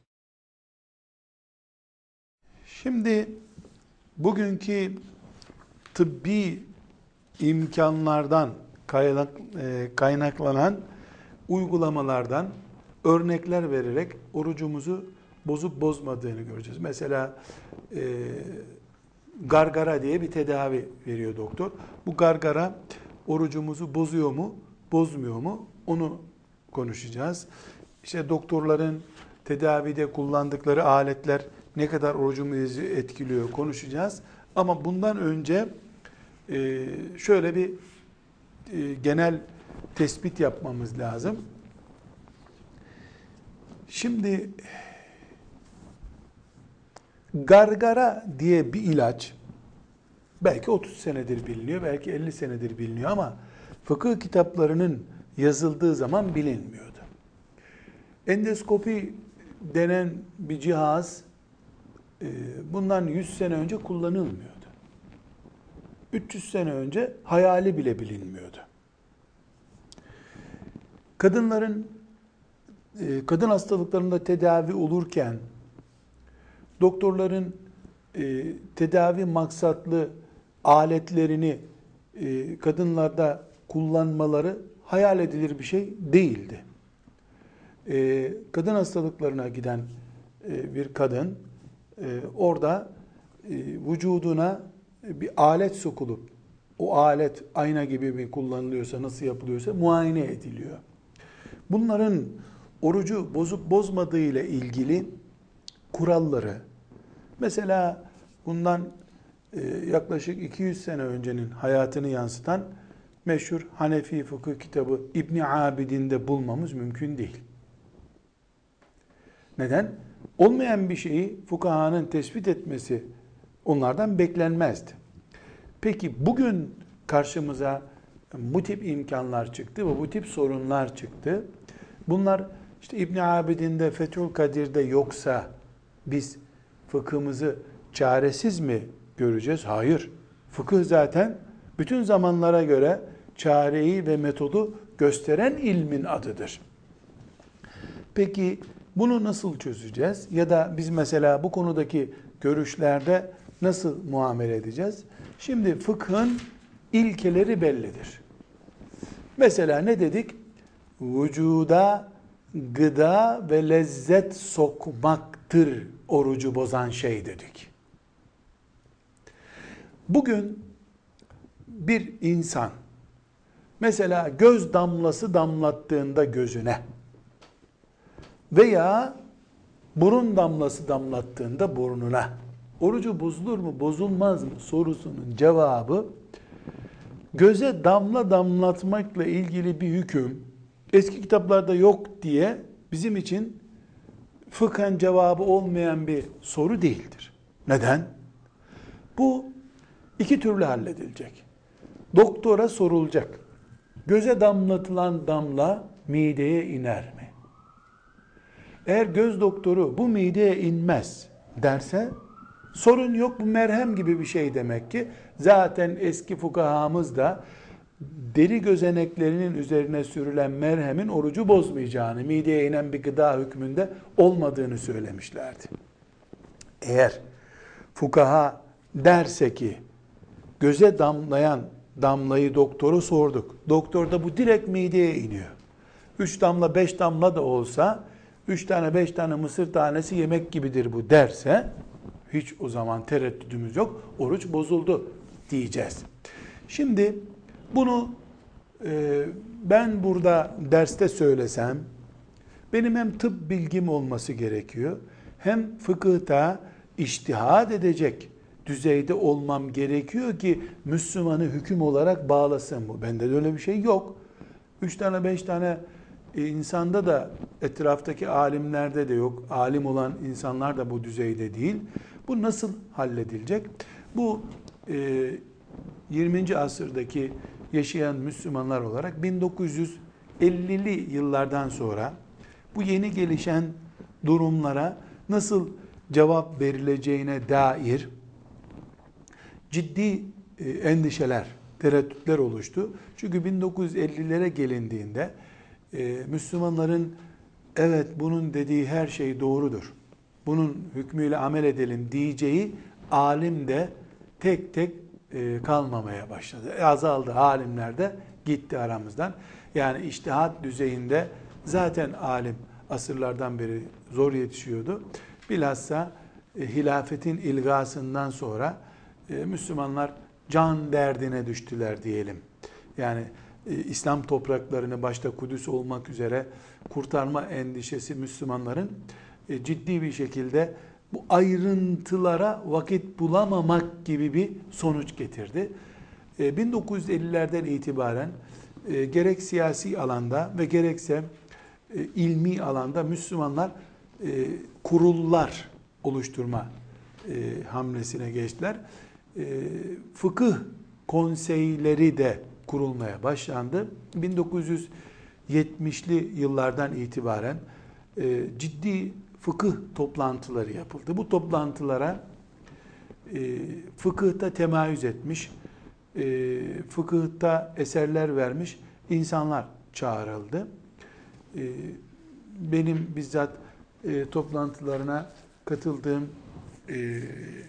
Şimdi bugünkü tıbbi imkanlardan kaynak, e, kaynaklanan uygulamalardan örnekler vererek orucumuzu bozup bozmadığını göreceğiz. Mesela e, gargara diye bir tedavi veriyor doktor. Bu gargara orucumuzu bozuyor mu, bozmuyor mu? Onu konuşacağız. İşte doktorların tedavide kullandıkları aletler ne kadar orucumuzu etkiliyor konuşacağız. Ama bundan önce e, şöyle bir e, genel tespit yapmamız lazım. Şimdi gargara diye bir ilaç belki otuz senedir biliniyor, belki elli senedir biliniyor ama fıkıh kitaplarının yazıldığı zaman bilinmiyordu. Endoskopi denen bir cihaz bundan yüz sene önce kullanılmıyordu. üç yüz sene önce hayali bile bilinmiyordu. Kadınların kadın hastalıklarında tedavi olurken doktorların tedavi maksatlı aletlerini kadınlarda kullanmaları hayal edilir bir şey değildi. Kadın hastalıklarına giden bir kadın orada vücuduna bir alet sokulup o alet ayna gibi mi kullanılıyorsa, nasıl yapılıyorsa muayene ediliyor. Bunların orucu bozup bozmadığı ile ilgili kuralları, mesela bundan yaklaşık iki yüz sene öncenin hayatını yansıtan meşhur Hanefi fıkıh kitabı İbn Abidin'de bulmamız mümkün değil. Neden? Olmayan bir şeyi fukahanın tespit etmesi onlardan beklenmezdi. Peki bugün karşımıza bu tip imkanlar çıktı ve bu tip sorunlar çıktı. Bunlar işte İbn Abidin'de, Fethül Kadir'de yoksa biz fıkhımızı çaresiz mi göreceğiz? Hayır. Fıkıh zaten bütün zamanlara göre çareyi ve metodu gösteren ilmin adıdır. Peki bunu nasıl çözeceğiz? Ya da biz mesela bu konudaki görüşlerde nasıl muamele edeceğiz? Şimdi fıkhın ilkeleri bellidir. Mesela ne dedik? Vücuda gıda ve lezzet sokmaktır orucu bozan şey dedik. Bugün bir insan mesela göz damlası damlattığında gözüne veya burun damlası damlattığında burnuna orucu bozulur mu bozulmaz mı sorusunun cevabı göze damla damlatmakla ilgili bir hüküm eski kitaplarda yok diye bizim için fıkhen cevabı olmayan bir soru değildir. Neden? Bu iki türlü halledilecek. Doktora sorulacak. Göze damlatılan damla mideye iner mi? Eğer göz doktoru bu mideye inmez derse sorun yok, bu merhem gibi bir şey demek ki. Zaten eski fukahamız da deri gözeneklerinin üzerine sürülen merhemin orucu bozmayacağını, mideye inen bir gıda hükmünde olmadığını söylemişlerdi. Eğer fukaha derse ki göze damlayan damlayı doktora sorduk. Doktor da bu direkt mideye iniyor. Üç damla beş damla da olsa üç tane beş tane mısır tanesi yemek gibidir bu derse hiç o zaman tereddüdümüz yok. Oruç bozuldu diyeceğiz. Şimdi bunu e, ben burada derste söylesem benim hem tıp bilgim olması gerekiyor hem fıkıhta içtihad edecek düzeyde olmam gerekiyor ki Müslümanı hüküm olarak bağlasın bu. Bende de öyle bir şey yok. Üç tane beş tane insanda da etraftaki alimlerde de yok. Alim olan insanlar da bu düzeyde değil. Bu nasıl halledilecek? Bu e, yirminci asırdaki yaşayan Müslümanlar olarak bin dokuz yüz ellili yıllardan sonra bu yeni gelişen durumlara nasıl cevap verileceğine dair ciddi endişeler, tereddütler oluştu. Çünkü bin dokuz yüz ellilere gelindiğinde e, Müslümanların evet bunun dediği her şey doğrudur, bunun hükmüyle amel edelim diyeceği alim de tek tek e, kalmamaya başladı. E, azaldı, alimler de gitti aramızdan. Yani içtihat düzeyinde zaten alim asırlardan beri zor yetişiyordu. Bilhassa e, hilafetin ilgasından sonra e, Müslümanlar can derdine düştüler diyelim. Yani e, İslam topraklarını başta Kudüs olmak üzere kurtarma endişesi Müslümanların e, ciddi bir şekilde bu ayrıntılara vakit bulamamak gibi bir sonuç getirdi. E, bin dokuz yüz ellilerden itibaren e, gerek siyasi alanda ve gerekse e, ilmi alanda Müslümanlar e, kurullar oluşturma e, hamlesine geçtiler. E, fıkıh konseyleri de kurulmaya başlandı. bin dokuz yüz yetmişli yıllardan itibaren e, ciddi fıkıh toplantıları yapıldı. Bu toplantılara e, fıkıhta temayüz etmiş, e, fıkıhta eserler vermiş insanlar çağrıldı. E, benim bizzat e, toplantılarına katıldığım e,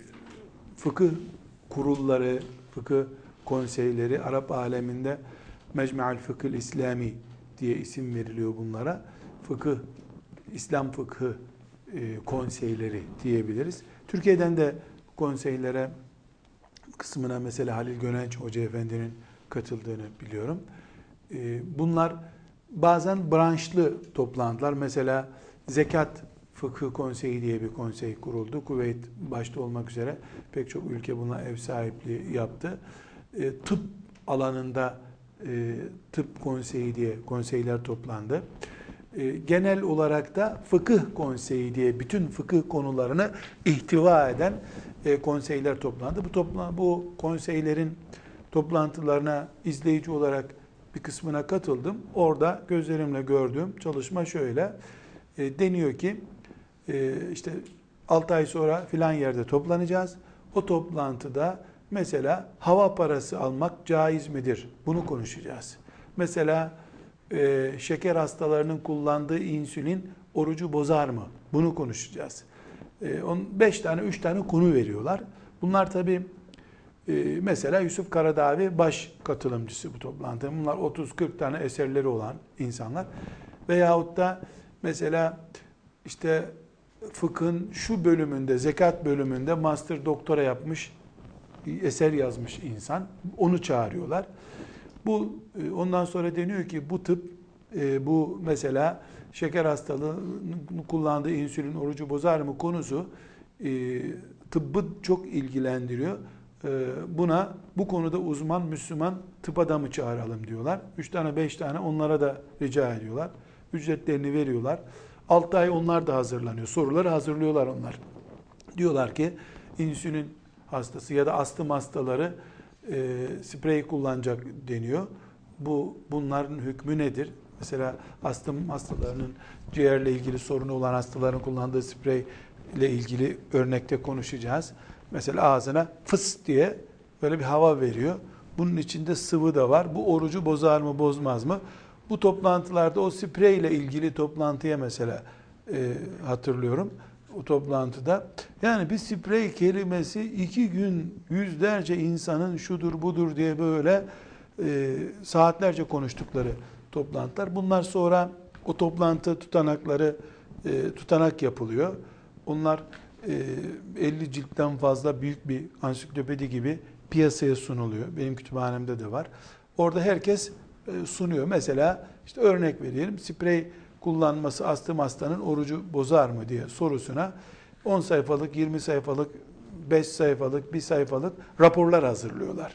fıkıh kurulları, fıkıh konseyleri, Arap aleminde Mecmu'l Fıkhı'l İslami diye isim veriliyor bunlara. Fıkıh, İslam fıkhı e, konseyleri diyebiliriz. Türkiye'den de konseylere kısmına mesela Halil Gönenç Hoca Efendi'nin katıldığını biliyorum. E, bunlar bazen branşlı toplantılar. Mesela Zekat Fıkhı Konseyi diye bir konsey kuruldu. Kuveyt başta olmak üzere pek çok ülke buna ev sahipliği yaptı. E, tıp alanında e, tıp konseyi diye konseyler toplandı. E, genel olarak da fıkıh konseyi diye bütün fıkıh konularını ihtiva eden e, konseyler toplandı. Bu toplan bu konseylerin toplantılarına izleyici olarak bir kısmına katıldım. Orada gözlerimle gördüğüm çalışma şöyle. E, deniyor ki e, işte altı ay sonra filan yerde toplanacağız. O toplantıda mesela hava parası almak caiz midir? Bunu konuşacağız. Mesela e, şeker hastalarının kullandığı insülin orucu bozar mı? Bunu konuşacağız. E, on, beş tane, üç tane konu veriyorlar. Bunlar tabii e, mesela Yusuf Karadavi baş katılımcısı bu toplantıda. Bunlar otuz kırk tane eserleri olan insanlar. Veyahut da mesela işte fıkhın şu bölümünde, zekat bölümünde master doktora yapmış, eser yazmış insan. Onu çağırıyorlar. Bu ondan sonra deniyor ki bu tıp, bu mesela şeker hastalığının kullandığı insülin orucu bozar mı konusu tıbbı çok ilgilendiriyor. Buna bu konuda uzman Müslüman tıp adamı çağıralım diyorlar. Üç tane beş tane onlara da rica ediyorlar. Ücretlerini veriyorlar. altı ay onlar da hazırlanıyor. Soruları hazırlıyorlar onlar. Diyorlar ki insülin hastası ya da astım hastaları e, sprey kullanacak deniyor. Bu bunların hükmü nedir? Mesela astım hastalarının ciğerle ilgili sorunu olan hastaların kullandığı sprey ile ilgili örnekte konuşacağız. Mesela ağzına fıs diye böyle bir hava veriyor. Bunun içinde sıvı da var. Bu orucu bozar mı bozmaz mı? Bu toplantılarda o sprey ile ilgili toplantıya mesela e, hatırlıyorum. O toplantıda yani bir sprey kelimesi iki gün yüzlerce insanın şudur budur diye böyle e, saatlerce konuştukları toplantılar. Bunlar sonra o toplantı tutanakları e, tutanak yapılıyor. Onlar e, elli ciltten fazla büyük bir ansiklopedi gibi piyasaya sunuluyor. Benim kütüphanemde de var. Orada herkes e, sunuyor. Mesela işte örnek vereyim. Sprey kullanması astım hastanın orucu bozar mı diye sorusuna on sayfalık, yirmi sayfalık, beş sayfalık, bir sayfalık raporlar hazırlıyorlar.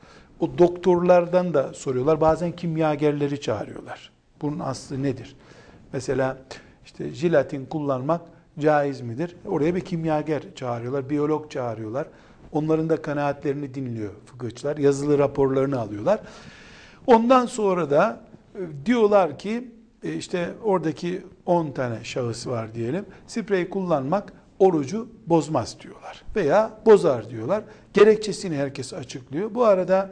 O doktorlardan da soruyorlar. Bazen kimyagerleri çağırıyorlar. Bunun aslı nedir? Mesela işte jelatin kullanmak caiz midir? Oraya bir kimyager çağırıyorlar, biyolog çağırıyorlar. Onların da kanaatlerini dinliyor fıkıhçılar. Yazılı raporlarını alıyorlar. Ondan sonra da diyorlar ki işte oradaki on tane şahıs var diyelim. Sprey kullanmak orucu bozmaz diyorlar. Veya bozar diyorlar. Gerekçesini herkes açıklıyor. Bu arada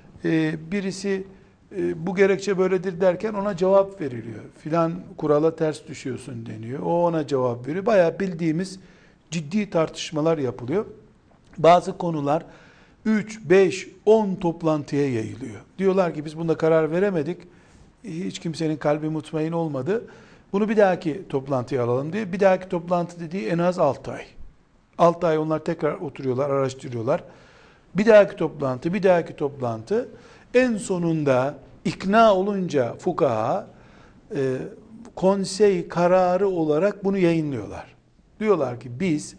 e, birisi e, bu gerekçe böyledir derken ona cevap veriliyor. Filan kurala ters düşüyorsun deniyor. O ona cevap veriyor. Bayağı bildiğimiz ciddi tartışmalar yapılıyor. Bazı konular üç, beş, on toplantıya yayılıyor. Diyorlar ki biz bunda karar veremedik. Hiç kimsenin kalbi mutmain olmadı. Bunu bir dahaki toplantıya alalım diye. Bir dahaki toplantı dediği en az altı ay. altı ay onlar tekrar oturuyorlar, araştırıyorlar. Bir dahaki toplantı, bir dahaki toplantı. En sonunda ikna olunca fukaha e, konsey kararı olarak bunu yayınlıyorlar. Diyorlar ki biz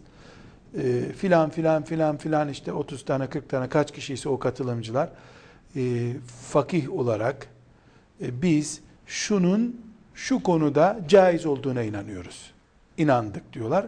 e, filan filan filan filan işte otuz tane kırk tane kaç kişiyse o katılımcılar e, fakih olarak e, biz şunun şu konuda caiz olduğuna inanıyoruz. İnandık diyorlar.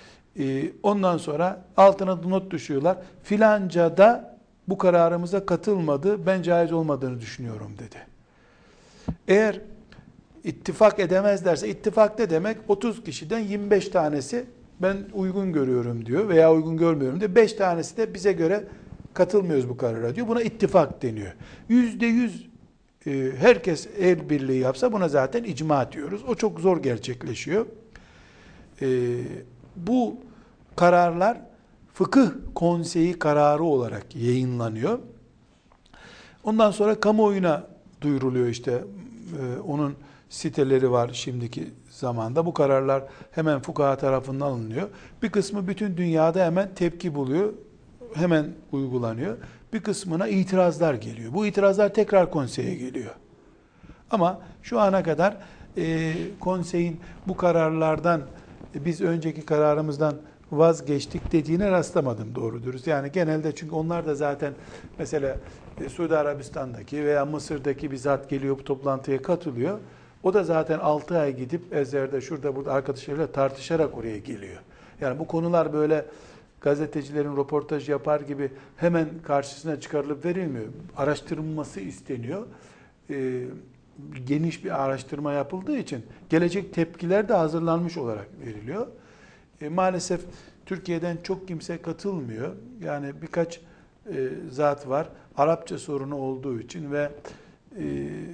E, ondan sonra altına not düşüyorlar. Filanca da bu kararımıza katılmadı. Ben caiz olmadığını düşünüyorum dedi. Eğer ittifak edemezlerse, ittifak ne demek? otuz kişiden yirmi beş tanesi ben uygun görüyorum diyor veya uygun görmüyorum diyor. beş tanesi de bize göre katılmıyoruz bu karara diyor. Buna ittifak deniyor. Yüzde yüz e, herkes el birliği yapsa buna zaten icma diyoruz. O çok zor gerçekleşiyor. E, bu kararlar Fıkıh Konseyi kararı olarak yayınlanıyor. Ondan sonra kamuoyuna duyuruluyor işte. E, onun siteleri var şimdiki zamanda. Bu kararlar hemen fukaha tarafından alınıyor. Bir kısmı bütün dünyada hemen tepki buluyor. Hemen uygulanıyor. Bir kısmına itirazlar geliyor. Bu itirazlar tekrar konseye geliyor. Ama şu ana kadar e, konseyin bu kararlardan e, biz önceki kararımızdan vazgeçtik dediğine rastlamadım doğru dürüst. Yani genelde çünkü onlar da zaten mesela e, Suudi Arabistan'daki veya Mısır'daki bir zat geliyor bu toplantıya katılıyor. O da zaten altı ay gidip Ezer'de şurada burada arkadaşlarıyla tartışarak oraya geliyor. Yani bu konular böyle gazetecilerin röportaj yapar gibi hemen karşısına çıkarılıp verilmiyor. Araştırılması isteniyor. Ee, geniş bir araştırma yapıldığı için gelecek tepkiler de hazırlanmış olarak veriliyor. E, maalesef Türkiye'den çok kimse katılmıyor. Yani birkaç e, zat var. Arapça sorunu olduğu için ve e,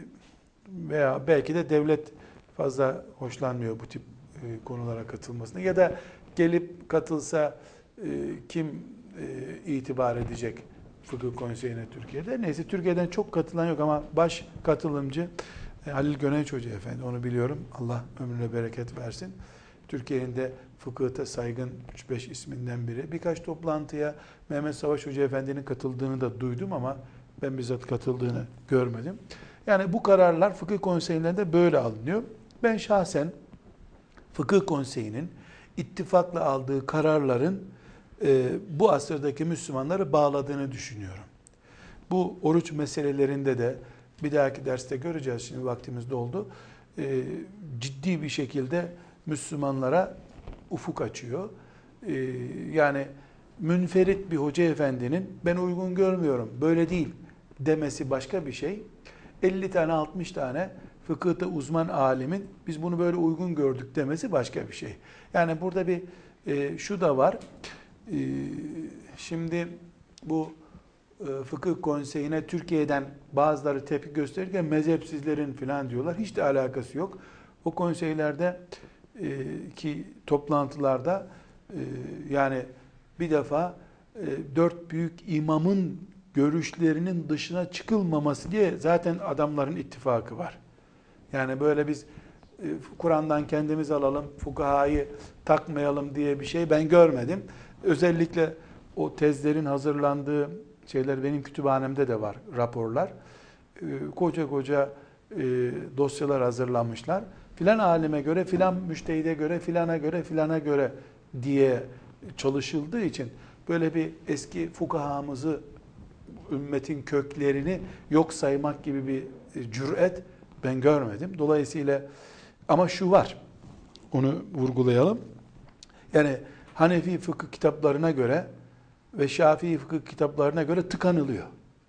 veya belki de devlet fazla hoşlanmıyor bu tip e, konulara katılmasına ya da gelip katılsa e, kim e, itibar edecek Fıkıh Konseyi'ne Türkiye'de? Neyse Türkiye'den çok katılan yok ama baş katılımcı e, Halil Gönenç Hoca Efendi, onu biliyorum. Allah ömrüne bereket versin. Türkiye'nin de fıkıhta saygın üç beş isminden biri. Birkaç toplantıya Mehmet Savaş Hoca Efendi'nin katıldığını da duydum ama ben bizzat katıldığını görmedim. Yani bu kararlar fıkıh konseylerinde böyle alınıyor. Ben şahsen fıkıh konseyinin ittifakla aldığı kararların e, bu asırdaki Müslümanları bağladığını düşünüyorum. Bu oruç meselelerinde de bir dahaki derste göreceğiz. Şimdi vaktimiz doldu. E, ciddi bir şekilde Müslümanlara ufuk açıyor. E, yani münferit bir hoca efendinin ben uygun görmüyorum, böyle değil demesi başka bir şey. elli tane altmış tane fıkıhta uzman alimin biz bunu böyle uygun gördük demesi başka bir şey. Yani burada bir e, şu da var. E, şimdi bu e, fıkıh konseyine Türkiye'den bazıları tepki gösterirken mezhepsizlerin falan diyorlar. Hiç de alakası yok. O konseylerde e, ki toplantılarda e, yani bir defa e, dört büyük imamın görüşlerinin dışına çıkılmaması diye zaten adamların ittifakı var. Yani böyle biz e, Kur'an'dan kendimiz alalım, fukahayı takmayalım diye bir şey ben görmedim. Özellikle o tezlerin hazırlandığı şeyler benim kütüphanemde de var, raporlar. E, koca koca e, dosyalar hazırlanmışlar. Filan alime göre, filan müştehide göre, filana göre, filana göre diye çalışıldığı için böyle bir eski fukahamızı, ümmetin köklerini yok saymak gibi bir cüret ben görmedim. Dolayısıyla ama şu var, onu vurgulayalım. Yani Hanefi fıkıh kitaplarına göre ve Şafii fıkıh kitaplarına göre tıkanılıyor.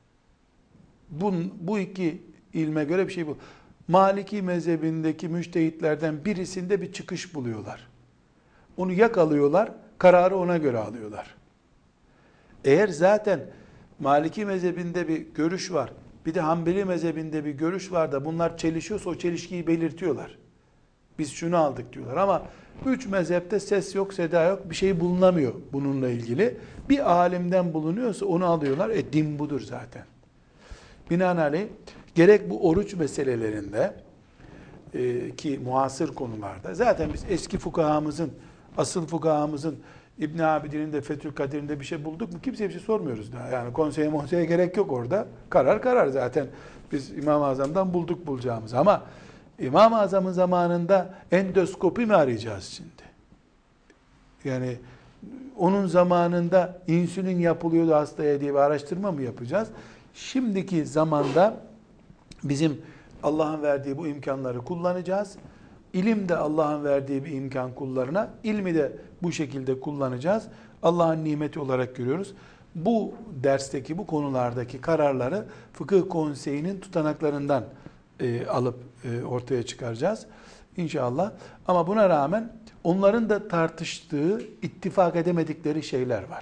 Bu, bu iki ilme göre bir şey bu. Maliki mezhebindeki müştehitlerden birisinde bir çıkış buluyorlar. Onu yakalıyorlar, kararı ona göre alıyorlar. Eğer zaten Maliki mezhebinde bir görüş var, bir de Hanbeli mezhebinde bir görüş var da bunlar çelişiyorsa o çelişkiyi belirtiyorlar. Biz şunu aldık diyorlar ama üç mezhepte ses yok, seda yok, bir şey bulunamıyor bununla ilgili. Bir alimden bulunuyorsa onu alıyorlar. E din budur zaten. Binaenaleyh gerek bu oruç meselelerinde e, ki muasır konularda zaten biz eski fukahamızın, asıl fukahamızın İbn Abidin'in de Fethül Kadir'inde bir şey bulduk mu? Kimseye bir şey sormuyoruz daha. Yani konseye monseye gerek yok orada. Karar karar zaten. Biz İmam-ı Azam'dan bulduk bulacağımız. Ama İmam-ı Azam'ın zamanında endoskopi mi arayacağız şimdi? Yani onun zamanında insülin yapılıyordu hastaya diye bir araştırma mı yapacağız? Şimdiki zamanda bizim Allah'ın verdiği bu imkanları kullanacağız. İlim de Allah'ın verdiği bir imkan kullarına, ilmi de bu şekilde kullanacağız. Allah'ın nimeti olarak görüyoruz. Bu dersteki, bu konulardaki kararları Fıkıh Konseyi'nin tutanaklarından e, alıp e, ortaya çıkaracağız inşallah. Ama buna rağmen onların da tartıştığı, ittifak edemedikleri şeyler var.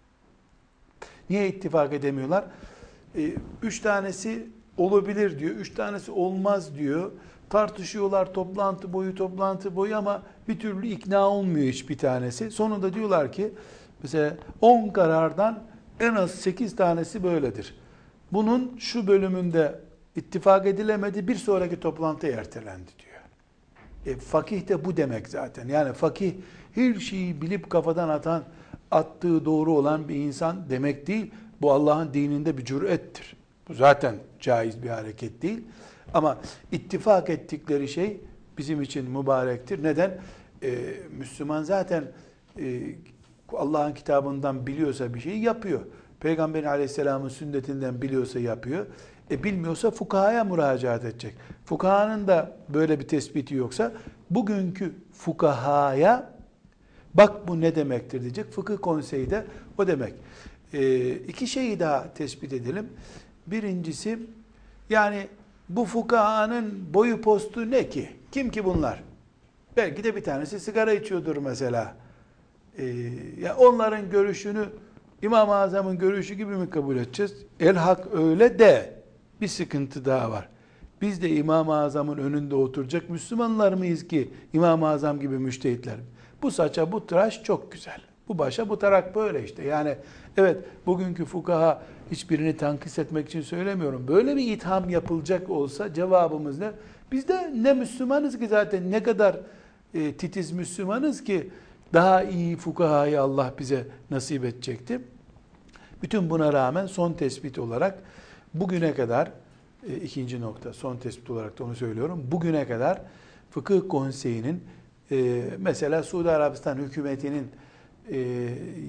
Niye ittifak edemiyorlar? E, üç tanesi olabilir diyor, üç tanesi olmaz diyor. Tartışıyorlar toplantı boyu toplantı boyu ama bir türlü ikna olmuyor hiçbir tanesi. Sonunda diyorlar ki mesela on karardan en az sekiz tanesi böyledir. Bunun şu bölümünde ittifak edilemedi, bir sonraki toplantıya ertelendi diyor. E, fakih de bu demek zaten. Yani fakih her şeyi bilip kafadan atan, attığı doğru olan bir insan demek değil. Bu Allah'ın dininde bir cürettir. Bu zaten caiz bir hareket değil. Ama ittifak ettikleri şey bizim için mübarektir. Neden? Ee, Müslüman zaten e, Allah'ın kitabından biliyorsa bir şeyi yapıyor. Peygamber Aleyhisselam'ın sünnetinden biliyorsa yapıyor. E bilmiyorsa fukahaya müracaat edecek. Fukahanın da böyle bir tespiti yoksa bugünkü fukahaya bak bu ne demektir diyecek. Fıkıh konseyi de o demek. E, iki şeyi daha tespit edelim. Birincisi yani bu fukahanın boyu postu ne ki? Kim ki bunlar? Belki de bir tanesi sigara içiyordur mesela. Ee, ya onların görüşünü İmam-ı Azam'ın görüşü gibi mi kabul edeceğiz? El hak öyle de bir sıkıntı daha var. Biz de İmam-ı Azam'ın önünde oturacak Müslümanlar mıyız ki İmam-ı Azam gibi müştehitler? Bu saça bu tıraş çok güzel. Bu başa bu tarak böyle işte. Yani evet bugünkü fukaha hiçbirini tankis etmek için söylemiyorum. Böyle bir itham yapılacak olsa cevabımız ne? Biz de ne Müslümanız ki zaten ne kadar e, titiz Müslümanız ki daha iyi fukahayı Allah bize nasip edecekti. Bütün buna rağmen son tespit olarak bugüne kadar e, ikinci nokta son tespit olarak da onu söylüyorum. Bugüne kadar Fıkıh Konseyi'nin e, mesela Suudi Arabistan hükümetinin e,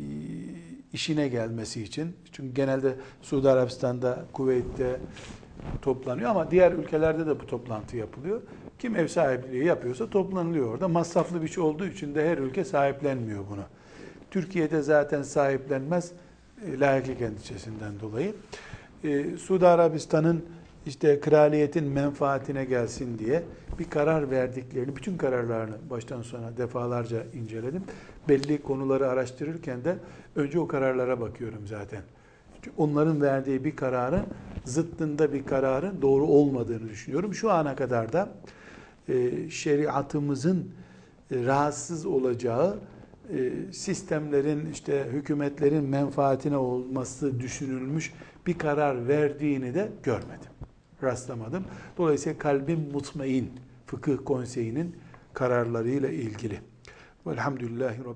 işine gelmesi için, çünkü genelde Suudi Arabistan'da, Kuveyt'te toplanıyor ama diğer ülkelerde de bu toplantı yapılıyor. Kim ev sahipliği yapıyorsa toplanılıyor orada. Masraflı bir şey olduğu için de her ülke sahiplenmiyor bunu. Türkiye'de zaten sahiplenmez, e, layıklık endişesinden dolayı. E, Suudi Arabistan'ın işte kraliyetin menfaatine gelsin diye bir karar verdiklerini, bütün kararlarını baştan sona defalarca inceledim. Belli konuları araştırırken de önce o kararlara bakıyorum zaten. Çünkü onların verdiği bir kararın zıttında bir kararın doğru olmadığını düşünüyorum. Şu ana kadar da e, şeriatımızın e, rahatsız olacağı e, sistemlerin, işte hükümetlerin menfaatine olması düşünülmüş bir karar verdiğini de görmedim. Rastlamadım. Dolayısıyla kalbim mutmain Fıkıh Konseyi'nin kararlarıyla ilgili. Velhamdülillahi Rabbil